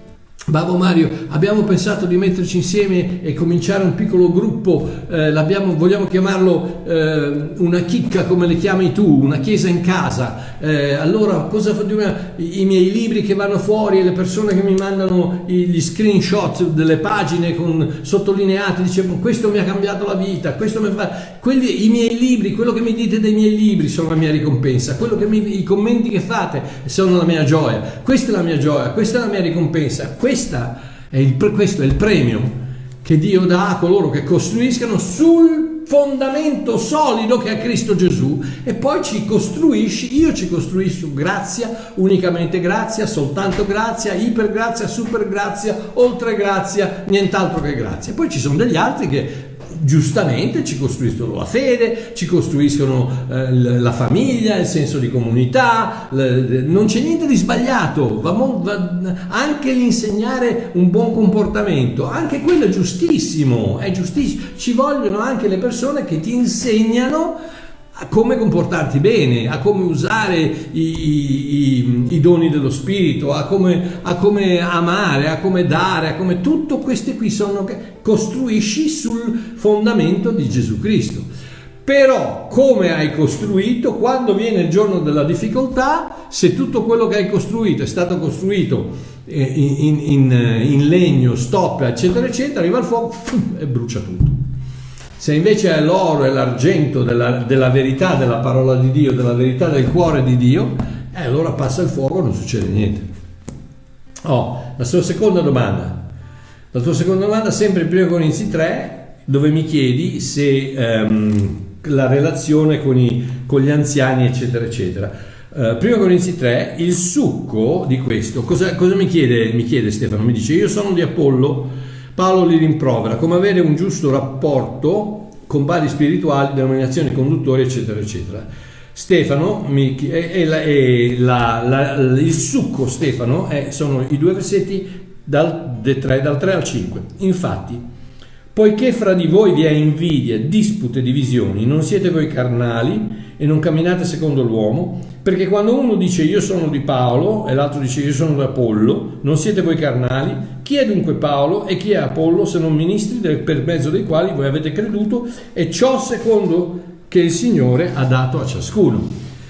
Babbo Mario, abbiamo pensato di metterci insieme e cominciare un piccolo gruppo, eh, l'abbiamo, vogliamo chiamarlo eh, una chicca come le chiami tu, una chiesa in casa. Eh, allora cosa facciamo? I miei libri che vanno fuori e le persone che mi mandano gli screenshot delle pagine con sottolineati, dicevo questo mi ha cambiato la vita, questo mi fa... Quelli, i miei libri, quello che mi dite dei miei libri sono la mia ricompensa, quello che mi, i commenti che fate sono la mia gioia, questa è la mia gioia, questa è la mia ricompensa. Questa è il, questo è il premio che Dio dà a coloro che costruiscano sul fondamento solido che è Cristo Gesù, e poi ci costruisci, io ci costruisco grazia, unicamente grazia, soltanto grazia, ipergrazia, supergrazia, oltre grazia, nient'altro che grazia. Poi ci sono degli altri che giustamente ci costruiscono la fede, ci costruiscono eh, la famiglia, il senso di comunità, le, non c'è niente di sbagliato, va, va, anche l'insegnare un buon comportamento, anche quello è giustissimo, è giustissimo, ci vogliono anche le persone che ti insegnano a come comportarti bene, a come usare i, i, i doni dello Spirito, a come, a come amare, a come dare, a come tutto queste qui sono che costruisci sul fondamento di Gesù Cristo. Però come hai costruito, quando viene il giorno della difficoltà, se tutto quello che hai costruito è stato costruito in, in, in legno, stoppa, eccetera eccetera, arriva il fuoco e brucia tutto. Se invece è l'oro e l'argento della, della verità della parola di Dio, della verità del cuore di Dio, eh, allora passa il fuoco e non succede niente. Oh, la sua seconda domanda. La tua seconda domanda sempre in primo Corinzi tre, dove mi chiedi se um, la relazione con, i, con gli anziani, eccetera, eccetera. Uh, primo Corinzi tre, il succo di questo, cosa, cosa mi chiede, mi chiede Stefano? Mi dice, io sono di Apollo. Paolo li rimprovera come avere un giusto rapporto con pari spirituali, denominazioni, conduttori, eccetera, eccetera. Stefano, mi, è, è, è la, la, il succo, Stefano, è, sono i due versetti dal tre, dal tre al cinque. Infatti, poiché fra di voi vi è invidia, dispute, divisioni, non siete voi carnali e non camminate secondo l'uomo, perché quando uno dice io sono di Paolo e l'altro dice io sono di Apollo, non siete voi carnali? Chi è dunque Paolo e chi è Apollo se non ministri del, per mezzo dei quali voi avete creduto, e ciò secondo che il Signore ha dato a ciascuno?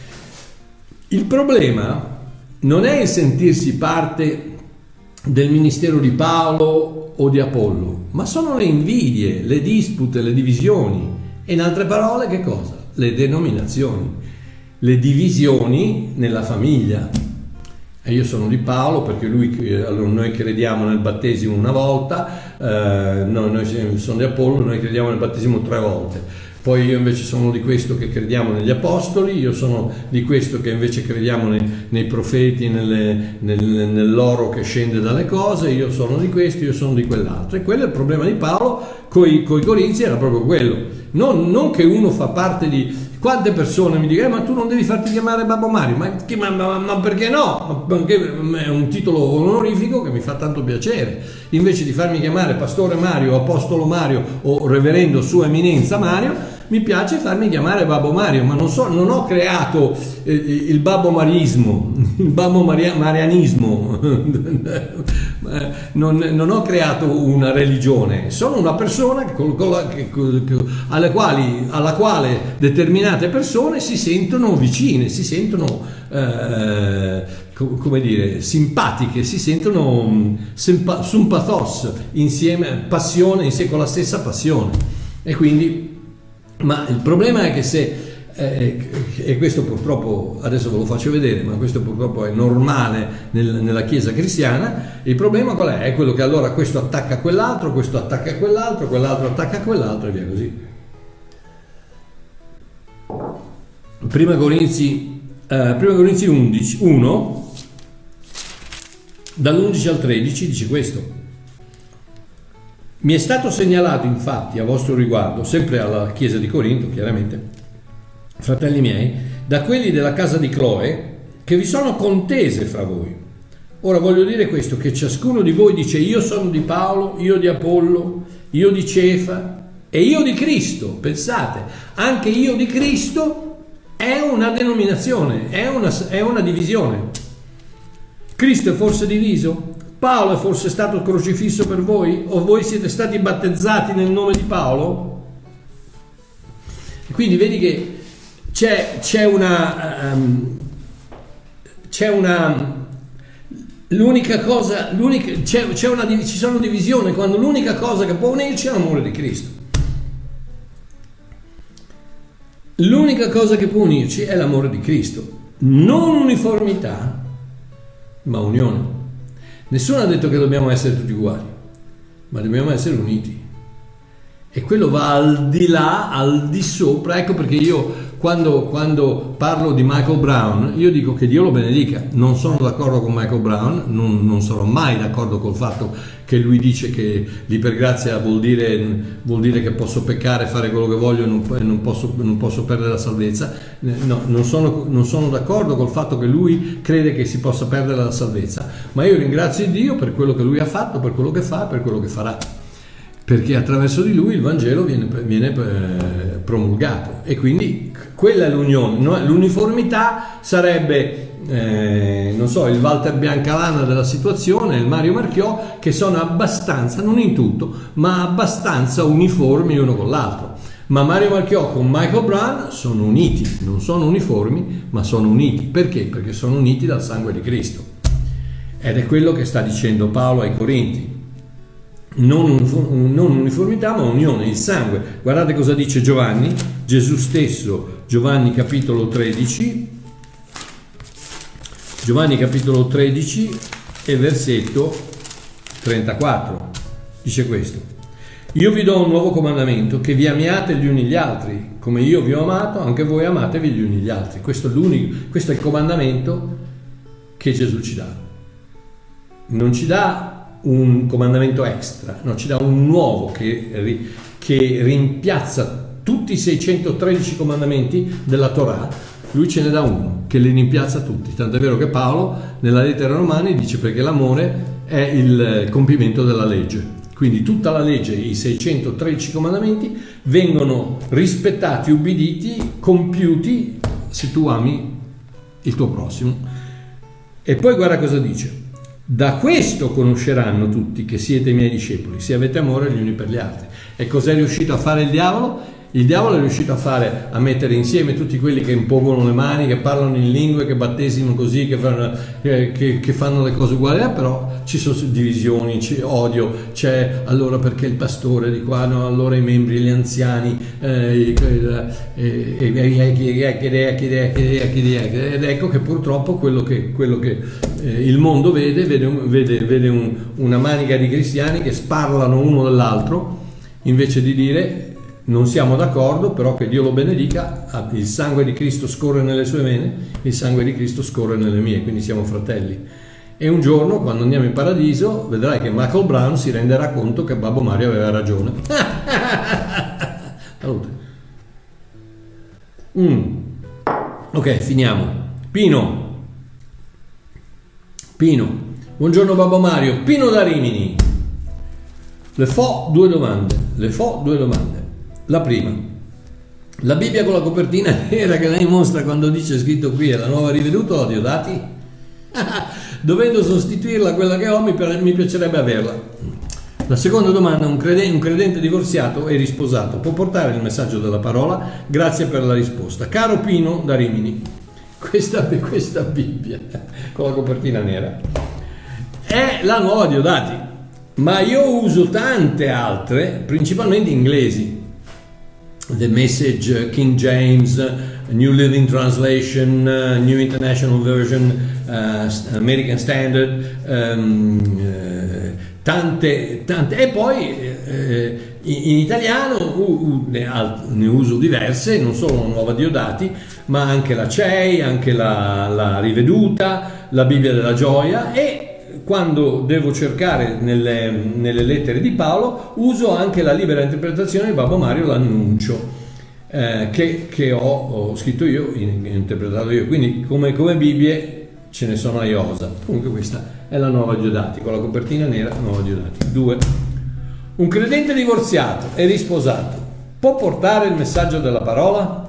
Il problema non è il sentirsi parte del ministero di Paolo o di Apollo, ma sono le invidie, le dispute, le divisioni, e in altre parole che cosa? Le denominazioni, le divisioni nella famiglia. E io sono di Paolo perché lui, allora noi crediamo nel battesimo una volta, eh, no, noi sono di Apollo, noi crediamo nel battesimo tre volte. Poi io invece sono di questo che crediamo negli apostoli, io sono di questo che invece crediamo nei, nei profeti, nelle, nel, nell'oro che scende dalle cose, io sono di questo, io sono di quell'altro. E quello è il problema di Paolo coi, coi Corinzi, era proprio quello. Non, non che uno fa parte di... Quante persone mi dicono, eh, ma tu non devi farti chiamare Babbo Mario, ma, che, ma, ma, ma perché no? Perché è un titolo onorifico che mi fa tanto piacere. Invece di farmi chiamare Pastore Mario, Apostolo Mario o Reverendo Sua Eminenza Mario, mi piace farmi chiamare Babbo Mario, ma non, so, non ho creato eh, il babbo marismo, il babbo maria, marianismo, non, non ho creato una religione, sono una persona che, con la, che, che, alle quali, alla quale determinate persone si sentono vicine, si sentono, eh, come dire, simpatiche, si sentono sympathos, insieme, passione, insieme con la stessa passione. E quindi... Ma il problema è che se, eh, e questo purtroppo, adesso ve lo faccio vedere, ma questo purtroppo è normale nel, nella Chiesa cristiana, il problema qual è? È quello che allora questo attacca a quell'altro, questo attacca a quell'altro, quell'altro attacca a quell'altro e via così. Prima Corinzi, eh, Prima Corinzi undici, uno, dall'undici al tredici dice questo. Mi è stato segnalato infatti a vostro riguardo, sempre alla Chiesa di Corinto chiaramente, fratelli miei, da quelli della casa di Cloe, che vi sono contese fra voi. Ora voglio dire questo, che ciascuno di voi dice io sono di Paolo, io di Apollo, io di Cefa e io di Cristo. Pensate, anche io di Cristo è una denominazione, è una, è una divisione. Cristo è forse diviso? Paolo è forse stato crocifisso per voi? O voi siete stati battezzati nel nome di Paolo? Quindi vedi che c'è, c'è una um, c'è una l'unica cosa l'unica, c'è, c'è una, ci sono divisioni quando l'unica cosa che può unirci è l'amore di Cristo. L'unica cosa che può unirci è l'amore di Cristo, non uniformità ma unione. Nessuno ha detto che dobbiamo essere tutti uguali, ma dobbiamo essere uniti, e quello va al di là, al di sopra. Ecco perché io quando, quando parlo di Michael Brown, io dico che Dio lo benedica. Non sono d'accordo con Michael Brown, non, non sarò mai d'accordo col fatto che lui dice che l'ipergrazia vuol dire, vuol dire che posso peccare, fare quello che voglio e non, non, posso, non posso perdere la salvezza. No, non sono, non sono d'accordo col fatto che lui crede che si possa perdere la salvezza, ma io ringrazio Dio per quello che lui ha fatto, per quello che fa, per quello che farà, perché attraverso di lui il Vangelo viene, viene eh, promulgato, e quindi quella è l'unione. No? L'uniformità sarebbe eh, non so, il Walter Biancalana della situazione, il Mario Marchiò, che sono abbastanza, non in tutto, ma abbastanza uniformi uno con l'altro. Ma Mario Marchiò con Michael Brown sono uniti, non sono uniformi, ma sono uniti. Perché? Perché sono uniti dal sangue di Cristo, ed è quello che sta dicendo Paolo ai Corinti. Non, non uniformità ma unione, il sangue. Guardate cosa dice Giovanni, Gesù stesso, Giovanni capitolo tredici, Giovanni capitolo tredici e versetto trentaquattro, dice questo: io vi do un nuovo comandamento, che vi amiate gli uni gli altri, come io vi ho amato, anche voi amatevi gli uni gli altri. Questo è l'unico, questo è il comandamento che Gesù ci dà. Non ci dà un comandamento extra, no, ci dà un nuovo che, che rimpiazza tutti i seicentotredici comandamenti della Torah. Lui ce ne dà uno che li rimpiazza tutti, tanto è vero che Paolo nella lettera ai Romani dice perché l'amore è il compimento della legge. Quindi tutta la legge, i seicentotredici comandamenti, vengono rispettati, ubbiditi, compiuti se tu ami il tuo prossimo. E poi guarda cosa dice: da questo conosceranno tutti che siete miei discepoli, se avete amore gli uni per gli altri. E cos'è riuscito a fare il diavolo? Il diavolo è riuscito a fare, a mettere insieme tutti quelli che impongono le mani, che parlano in lingue, che battesimano così, che fanno, eh, che, che fanno le cose uguali, eh, però ci sono divisioni, c'è odio, c'è allora perché il pastore di qua, no, allora i membri, gli anziani, ed ecco che purtroppo quello che, quello che eh, il mondo vede, vede, vede, vede un, una manica di cristiani che sparlano uno dell'altro, invece di dire: non siamo d'accordo, però che Dio lo benedica, il sangue di Cristo scorre nelle sue vene, il sangue di Cristo scorre nelle mie, quindi siamo fratelli. E un giorno, quando andiamo in paradiso, vedrai che Michael Brown si renderà conto che Babbo Mario aveva ragione. Salute. Mm. Ok, finiamo. Pino. Pino. Buongiorno Babbo Mario. Pino da Rimini. Le fo due domande. Le fo due domande. La prima: la Bibbia con la copertina nera che lei mostra quando dice scritto qui è la nuova riveduta o Diodati? Dovendo sostituirla a quella che ho, mi, mi piacerebbe averla. La seconda domanda: un credente, un credente divorziato e risposato può portare il messaggio della parola? Grazie per la risposta. Caro Pino da Rimini, questa, questa Bibbia con la copertina nera è la nuova Diodati, ma io uso tante altre, principalmente inglesi. The Message, King James, New Living Translation, uh, New International Version, uh, American Standard, um, uh, tante, tante, e poi uh, in, in italiano uh, uh, ne, ne uso diverse, non solo la nuova Diodati, ma anche la C E I, anche la, la riveduta, la Bibbia della Gioia, e quando devo cercare nelle, nelle lettere di Paolo uso anche la libera interpretazione di Babbo Mario, l'annuncio, eh, che, che ho, ho scritto io, in, interpretato io, quindi come, come Bibbie ce ne sono a iosa. Comunque questa è la nuova Diodati, con la copertina nera, nuova Diodati. Due. Un credente divorziato e risposato può portare il messaggio della parola?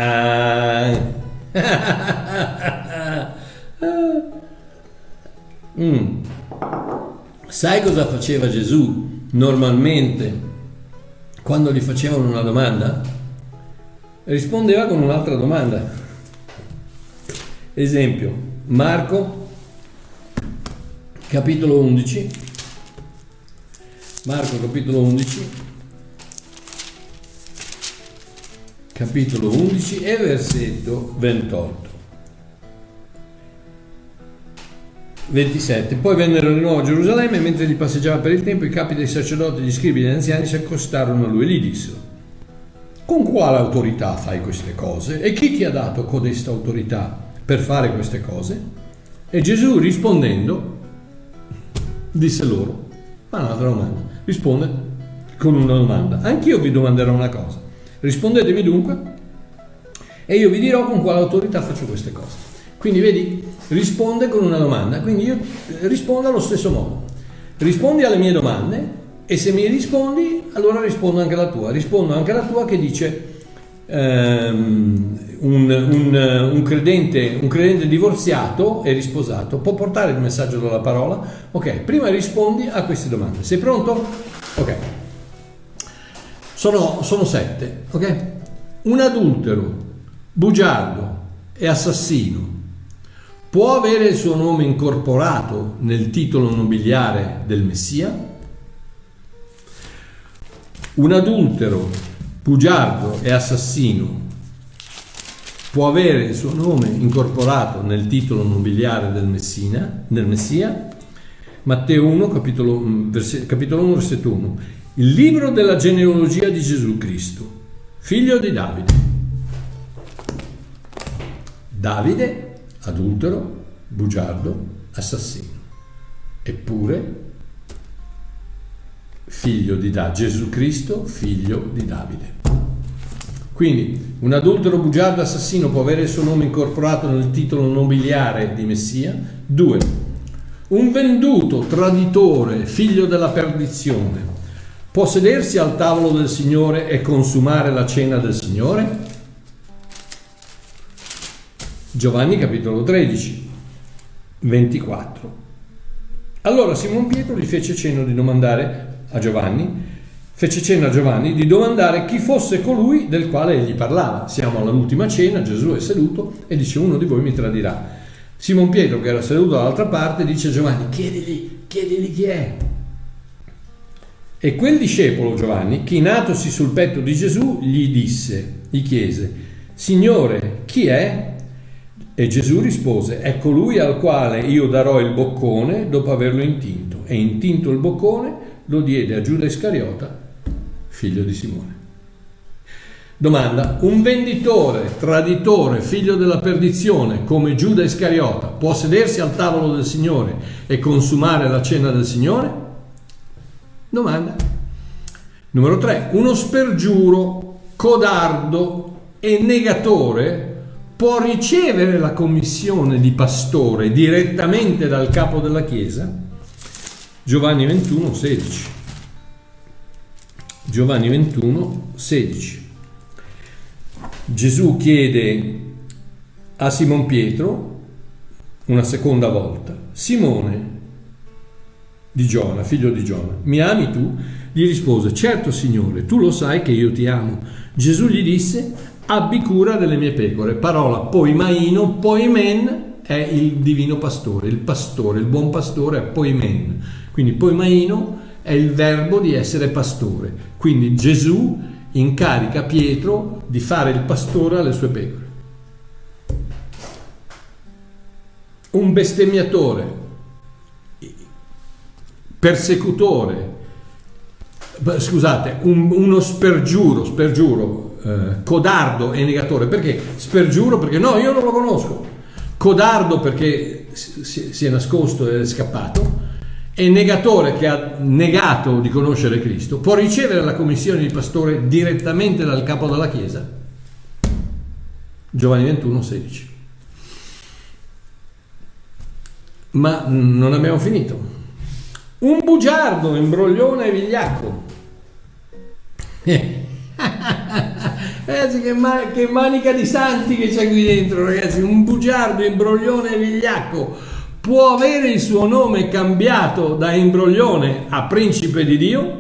Ta-da! Mm. Sai cosa faceva Gesù normalmente quando gli facevano una domanda? Rispondeva con un'altra domanda. Esempio, Marco, capitolo undici. Marco, capitolo undici. Capitolo undici e versetto ventotto. ventisette. Poi vennero di nuovo a Gerusalemme, mentre egli passeggiava per il tempio, i capi dei sacerdoti, gli scribi e gli anziani si accostarono a lui e gli dissero: con quale autorità fai queste cose? E chi ti ha dato codesta autorità per fare queste cose? E Gesù rispondendo disse loro: fa un'altra domanda. Risponde con una domanda. Anch'io vi domanderò una cosa. Rispondetemi dunque e io vi dirò con quale autorità faccio queste cose. Quindi vedi, risponde con una domanda, quindi io rispondo allo stesso modo. Rispondi alle mie domande e se mi rispondi, allora rispondo anche alla tua. Rispondo anche alla tua che dice um, un, un, un, credente, un credente divorziato e risposato può portare il messaggio della parola? Ok, prima rispondi a queste domande. Sei pronto? Ok. Sono, sono sette, ok? Un adultero, bugiardo e assassino può avere il suo nome incorporato nel titolo nobiliare del Messia? Un adultero, bugiardo e assassino può avere il suo nome incorporato nel titolo nobiliare del Messina, del Messia? Matteo uno, capitolo, verse, capitolo uno, versetto uno. Il libro della genealogia di Gesù Cristo, figlio di Davide. Davide, adultero, bugiardo, assassino. Eppure, figlio di Davide. Gesù Cristo, figlio di Davide. Quindi, un adultero, bugiardo, assassino può avere il suo nome incorporato nel titolo nobiliare di Messia. Due. Un venduto, traditore, figlio della perdizione può sedersi al tavolo del Signore e consumare la cena del Signore? Giovanni capitolo tredici, ventiquattro. Allora Simon Pietro gli fece cenno di domandare a Giovanni, fece cenno a Giovanni di domandare chi fosse colui del quale egli parlava. Siamo all'ultima cena, Gesù è seduto e dice: uno di voi mi tradirà. Simon Pietro, che era seduto dall'altra parte, dice a Giovanni: chiedigli, chiedigli chi è. E quel discepolo Giovanni, chinatosi sul petto di Gesù, gli disse, gli chiese: Signore, chi è? E Gesù rispose: è colui al quale io darò il boccone dopo averlo intinto. E intinto il boccone lo diede a Giuda Iscariota, figlio di Simone. Domanda: un venditore, traditore, figlio della perdizione come Giuda Iscariota può sedersi al tavolo del Signore e consumare la cena del Signore? Domanda. Numero tre. Uno spergiuro, codardo e negatore può ricevere la commissione di pastore direttamente dal capo della Chiesa? Giovanni ventuno, sedici. Giovanni ventuno, sedici. Gesù chiede a Simon Pietro una seconda volta: Simone di Giona, figlio di Giona, mi ami tu? Gli rispose: certo Signore, tu lo sai che io ti amo. Gesù gli disse: abbi cura delle mie pecore. Parola poimaino, poimen è il divino pastore, il pastore, il buon pastore è poimen. Quindi poimaino è il verbo di essere pastore. Quindi Gesù incarica Pietro di fare il pastore alle sue pecore. Un bestemmiatore, persecutore, scusate, un, uno spergiuro, spergiuro, eh, codardo e negatore. Perché spergiuro? Perché no, io non lo conosco. Codardo perché si, si è nascosto ed è scappato. E negatore, che ha negato di conoscere Cristo, può ricevere la commissione di pastore direttamente dal capo della Chiesa? Giovanni ventuno, sedici. Ma non abbiamo finito. Un bugiardo, imbroglione e vigliacco. Ragazzi, che, ma- che manica di santi che c'è qui dentro, ragazzi. Un bugiardo, imbroglione e vigliacco può avere il suo nome cambiato da imbroglione a principe di Dio?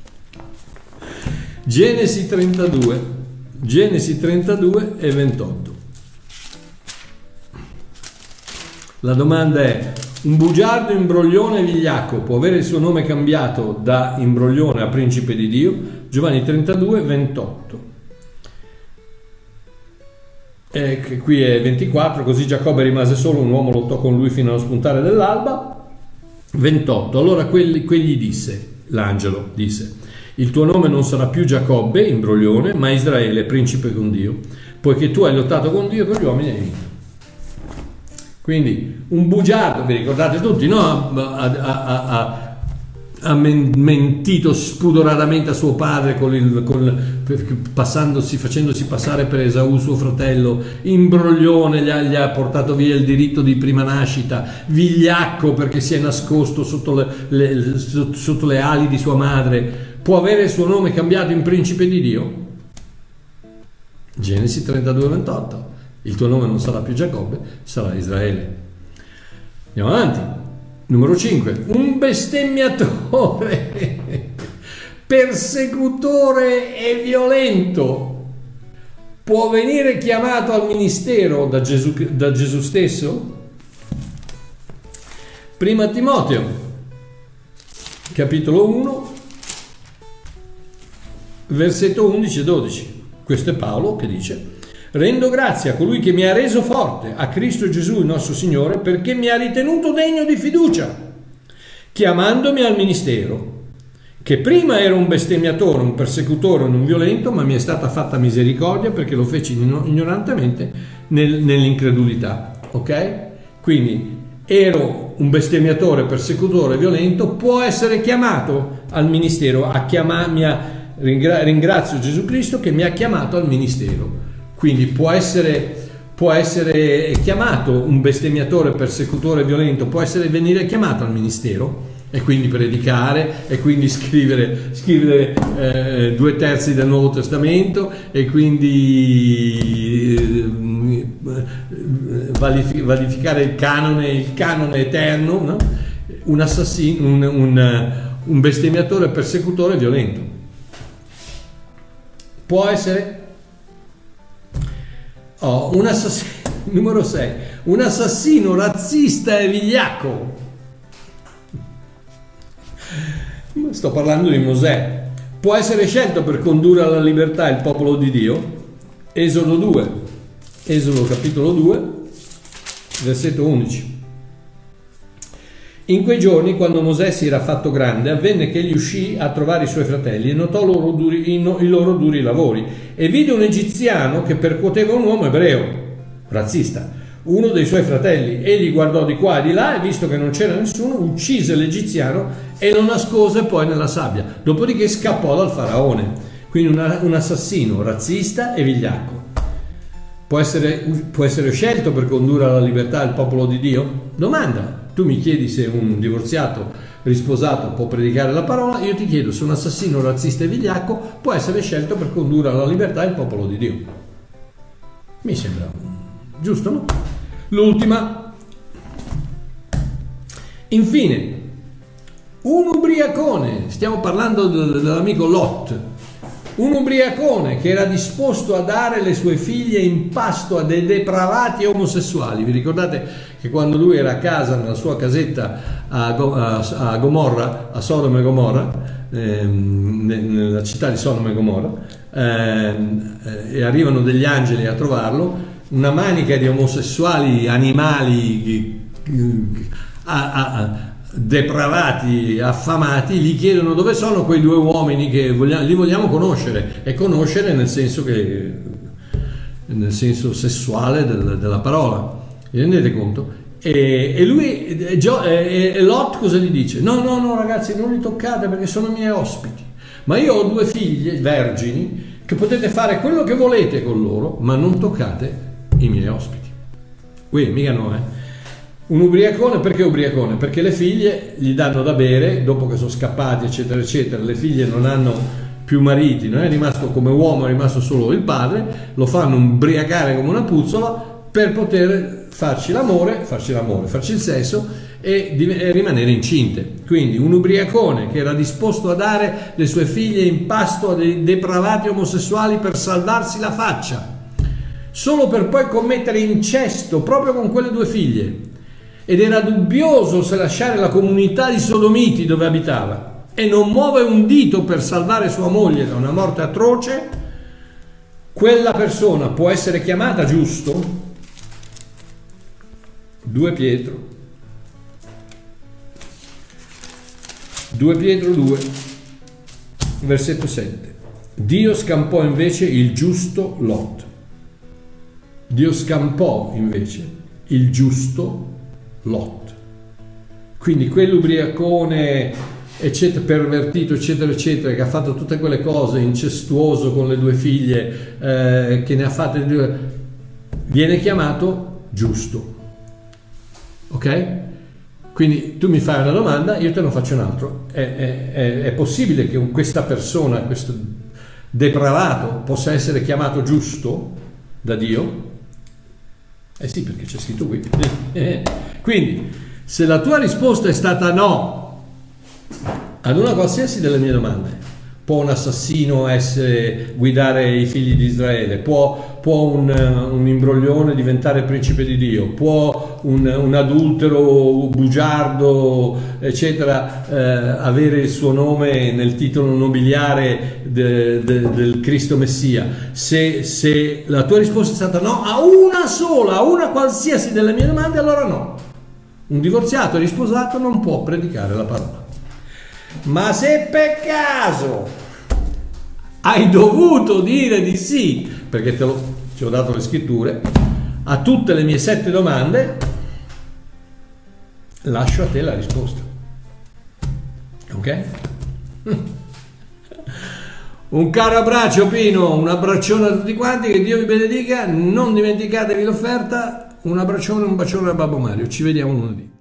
Genesi trentadue, Genesi trentadue e ventotto. La domanda è: un bugiardo, imbroglione, vigliacco può avere il suo nome cambiato da imbroglione a principe di Dio? Giovanni trentadue, ventotto. E qui è ventiquattro. Così Giacobbe rimase solo, un uomo lottò con lui fino allo spuntare dell'alba. ventotto. Allora quelli, quegli disse, l'angelo disse: il tuo nome non sarà più Giacobbe, imbroglione, ma Israele, principe con Dio, poiché tu hai lottato con Dio e con gli uomini hai vinto. Quindi un bugiardo, vi ricordate tutti, no? Ha, ha, ha, ha mentito spudoratamente a suo padre con il, con, passandosi, facendosi passare per Esaù, suo fratello, imbroglione, gli ha, gli ha portato via il diritto di prima nascita, vigliacco perché si è nascosto sotto le, le, sotto le ali di sua madre. Può avere il suo nome cambiato in principe di Dio? Genesi trentadue, ventotto. Il tuo nome non sarà più Giacobbe, sarà Israele. Andiamo avanti. Numero cinque. Un bestemmiatore, persecutore e violento può venire chiamato al ministero da Gesù, da Gesù stesso? Prima Timoteo, capitolo uno, versetto undici e dodici. Questo è Paolo che dice: rendo grazie a colui che mi ha reso forte, a Cristo Gesù il nostro Signore, perché mi ha ritenuto degno di fiducia, chiamandomi al ministero, che prima ero un bestemmiatore, un persecutore, un violento, ma mi è stata fatta misericordia perché lo feci ignorantemente nel, nell'incredulità. Ok? Quindi ero un bestemmiatore, persecutore, violento, può essere chiamato al ministero, a chiamarmi a, ringra, ringrazio Gesù Cristo che mi ha chiamato al ministero. Quindi può essere, può essere chiamato un bestemmiatore, persecutore, violento, può essere venire chiamato al ministero e quindi predicare e quindi scrivere, scrivere eh, due terzi del Nuovo Testamento e quindi eh, valificare il canone, il canone eterno, no? Un assassino, un, un, un bestemmiatore, persecutore, violento. Può essere Oh, un assassino, numero sei, un assassino razzista e vigliacco. Sto parlando di Mosè. Può essere scelto per condurre alla libertà il popolo di Dio? Esodo due, Esodo capitolo due, versetto undici. In quei giorni, quando Mosè si era fatto grande, avvenne che egli uscì a trovare i suoi fratelli e notò loro duri, i, no, i loro duri lavori e vide un egiziano che percuoteva un uomo ebreo, razzista, uno dei suoi fratelli. Egli guardò di qua e di là e, visto che non c'era nessuno, uccise l'egiziano e lo nascose poi nella sabbia. Dopodiché scappò dal faraone. Quindi una, un assassino razzista e vigliacco. Può essere, può essere scelto per condurre alla libertà il popolo di Dio? Domanda. Tu mi chiedi se un divorziato risposato può predicare la parola, io ti chiedo se un assassino razzista e vigliacco può essere scelto per condurre alla libertà il popolo di Dio. Mi sembra giusto, no? L'ultima. Infine, un ubriacone, stiamo parlando dell'amico Lot, un ubriacone che era disposto a dare le sue figlie in pasto a dei depravati omosessuali. Vi ricordate che quando lui era a casa, nella sua casetta a, a, a Gomorra, a Sodoma e Gomorra, ehm, nella città di Sodoma e Gomorra, ehm, e arrivano degli angeli a trovarlo, una manica di omosessuali, animali a, a, a, depravati, affamati, gli chiedono dove sono quei due uomini che vogliamo, li vogliamo conoscere, e conoscere nel senso che nel senso sessuale del, della parola. Vi rendete conto? E, e lui e, e Lot cosa gli dice? No, no, no ragazzi, non li toccate perché sono miei ospiti, ma io ho due figlie vergini che potete fare quello che volete con loro, ma non toccate i miei ospiti. Qui mica no, eh un ubriacone. Perché ubriacone? Perché le figlie gli danno da bere dopo che sono scappati, eccetera eccetera. Le figlie non hanno più mariti, non è rimasto come uomo, è rimasto solo il padre, lo fanno ubriacare come una puzzola per poter farci l'amore, farci l'amore, farci il sesso e, e rimanere incinte. Quindi un ubriacone che era disposto a dare le sue figlie in pasto a dei depravati omosessuali per salvarsi la faccia, solo per poi commettere incesto proprio con quelle due figlie, ed era dubbioso se lasciare la comunità di sodomiti dove abitava e non muove un dito per salvare sua moglie da una morte atroce, quella persona può essere chiamata giusto? due Pietro due Pietro due versetto sette. Dio scampò invece il giusto Lot. Dio scampò invece il giusto Lot. Quindi quell'ubriacone eccetera, pervertito eccetera eccetera, che ha fatto tutte quelle cose, incestuoso con le due figlie, eh, che ne ha fatte due, viene chiamato giusto. Ok? Quindi tu mi fai una domanda, io te ne faccio un altro. È, è, è, è possibile che questa persona, questo depravato, possa essere chiamato giusto da Dio? Eh sì, perché c'è scritto qui. Quindi, se la tua risposta è stata no ad una qualsiasi delle mie domande, può un assassino essere, guidare i figli di Israele, può, può un, un imbroglione diventare principe di Dio, può un, un adultero, bugiardo, eccetera, eh, avere il suo nome nel titolo nobiliare de, de, del Cristo Messia. Se, se la tua risposta è stata no a una sola, a una qualsiasi delle mie domande, allora no. Un divorziato e risposato non può predicare la parola. Ma se per caso hai dovuto dire di sì, perché te lo, ti ho dato le scritture, a tutte le mie sette domande, lascio a te la risposta. Ok? Un caro abbraccio Pino, un abbraccione a tutti quanti, che Dio vi benedica, non dimenticatevi l'offerta, un abbraccione, un bacione a Babbo Mario, ci vediamo lunedì.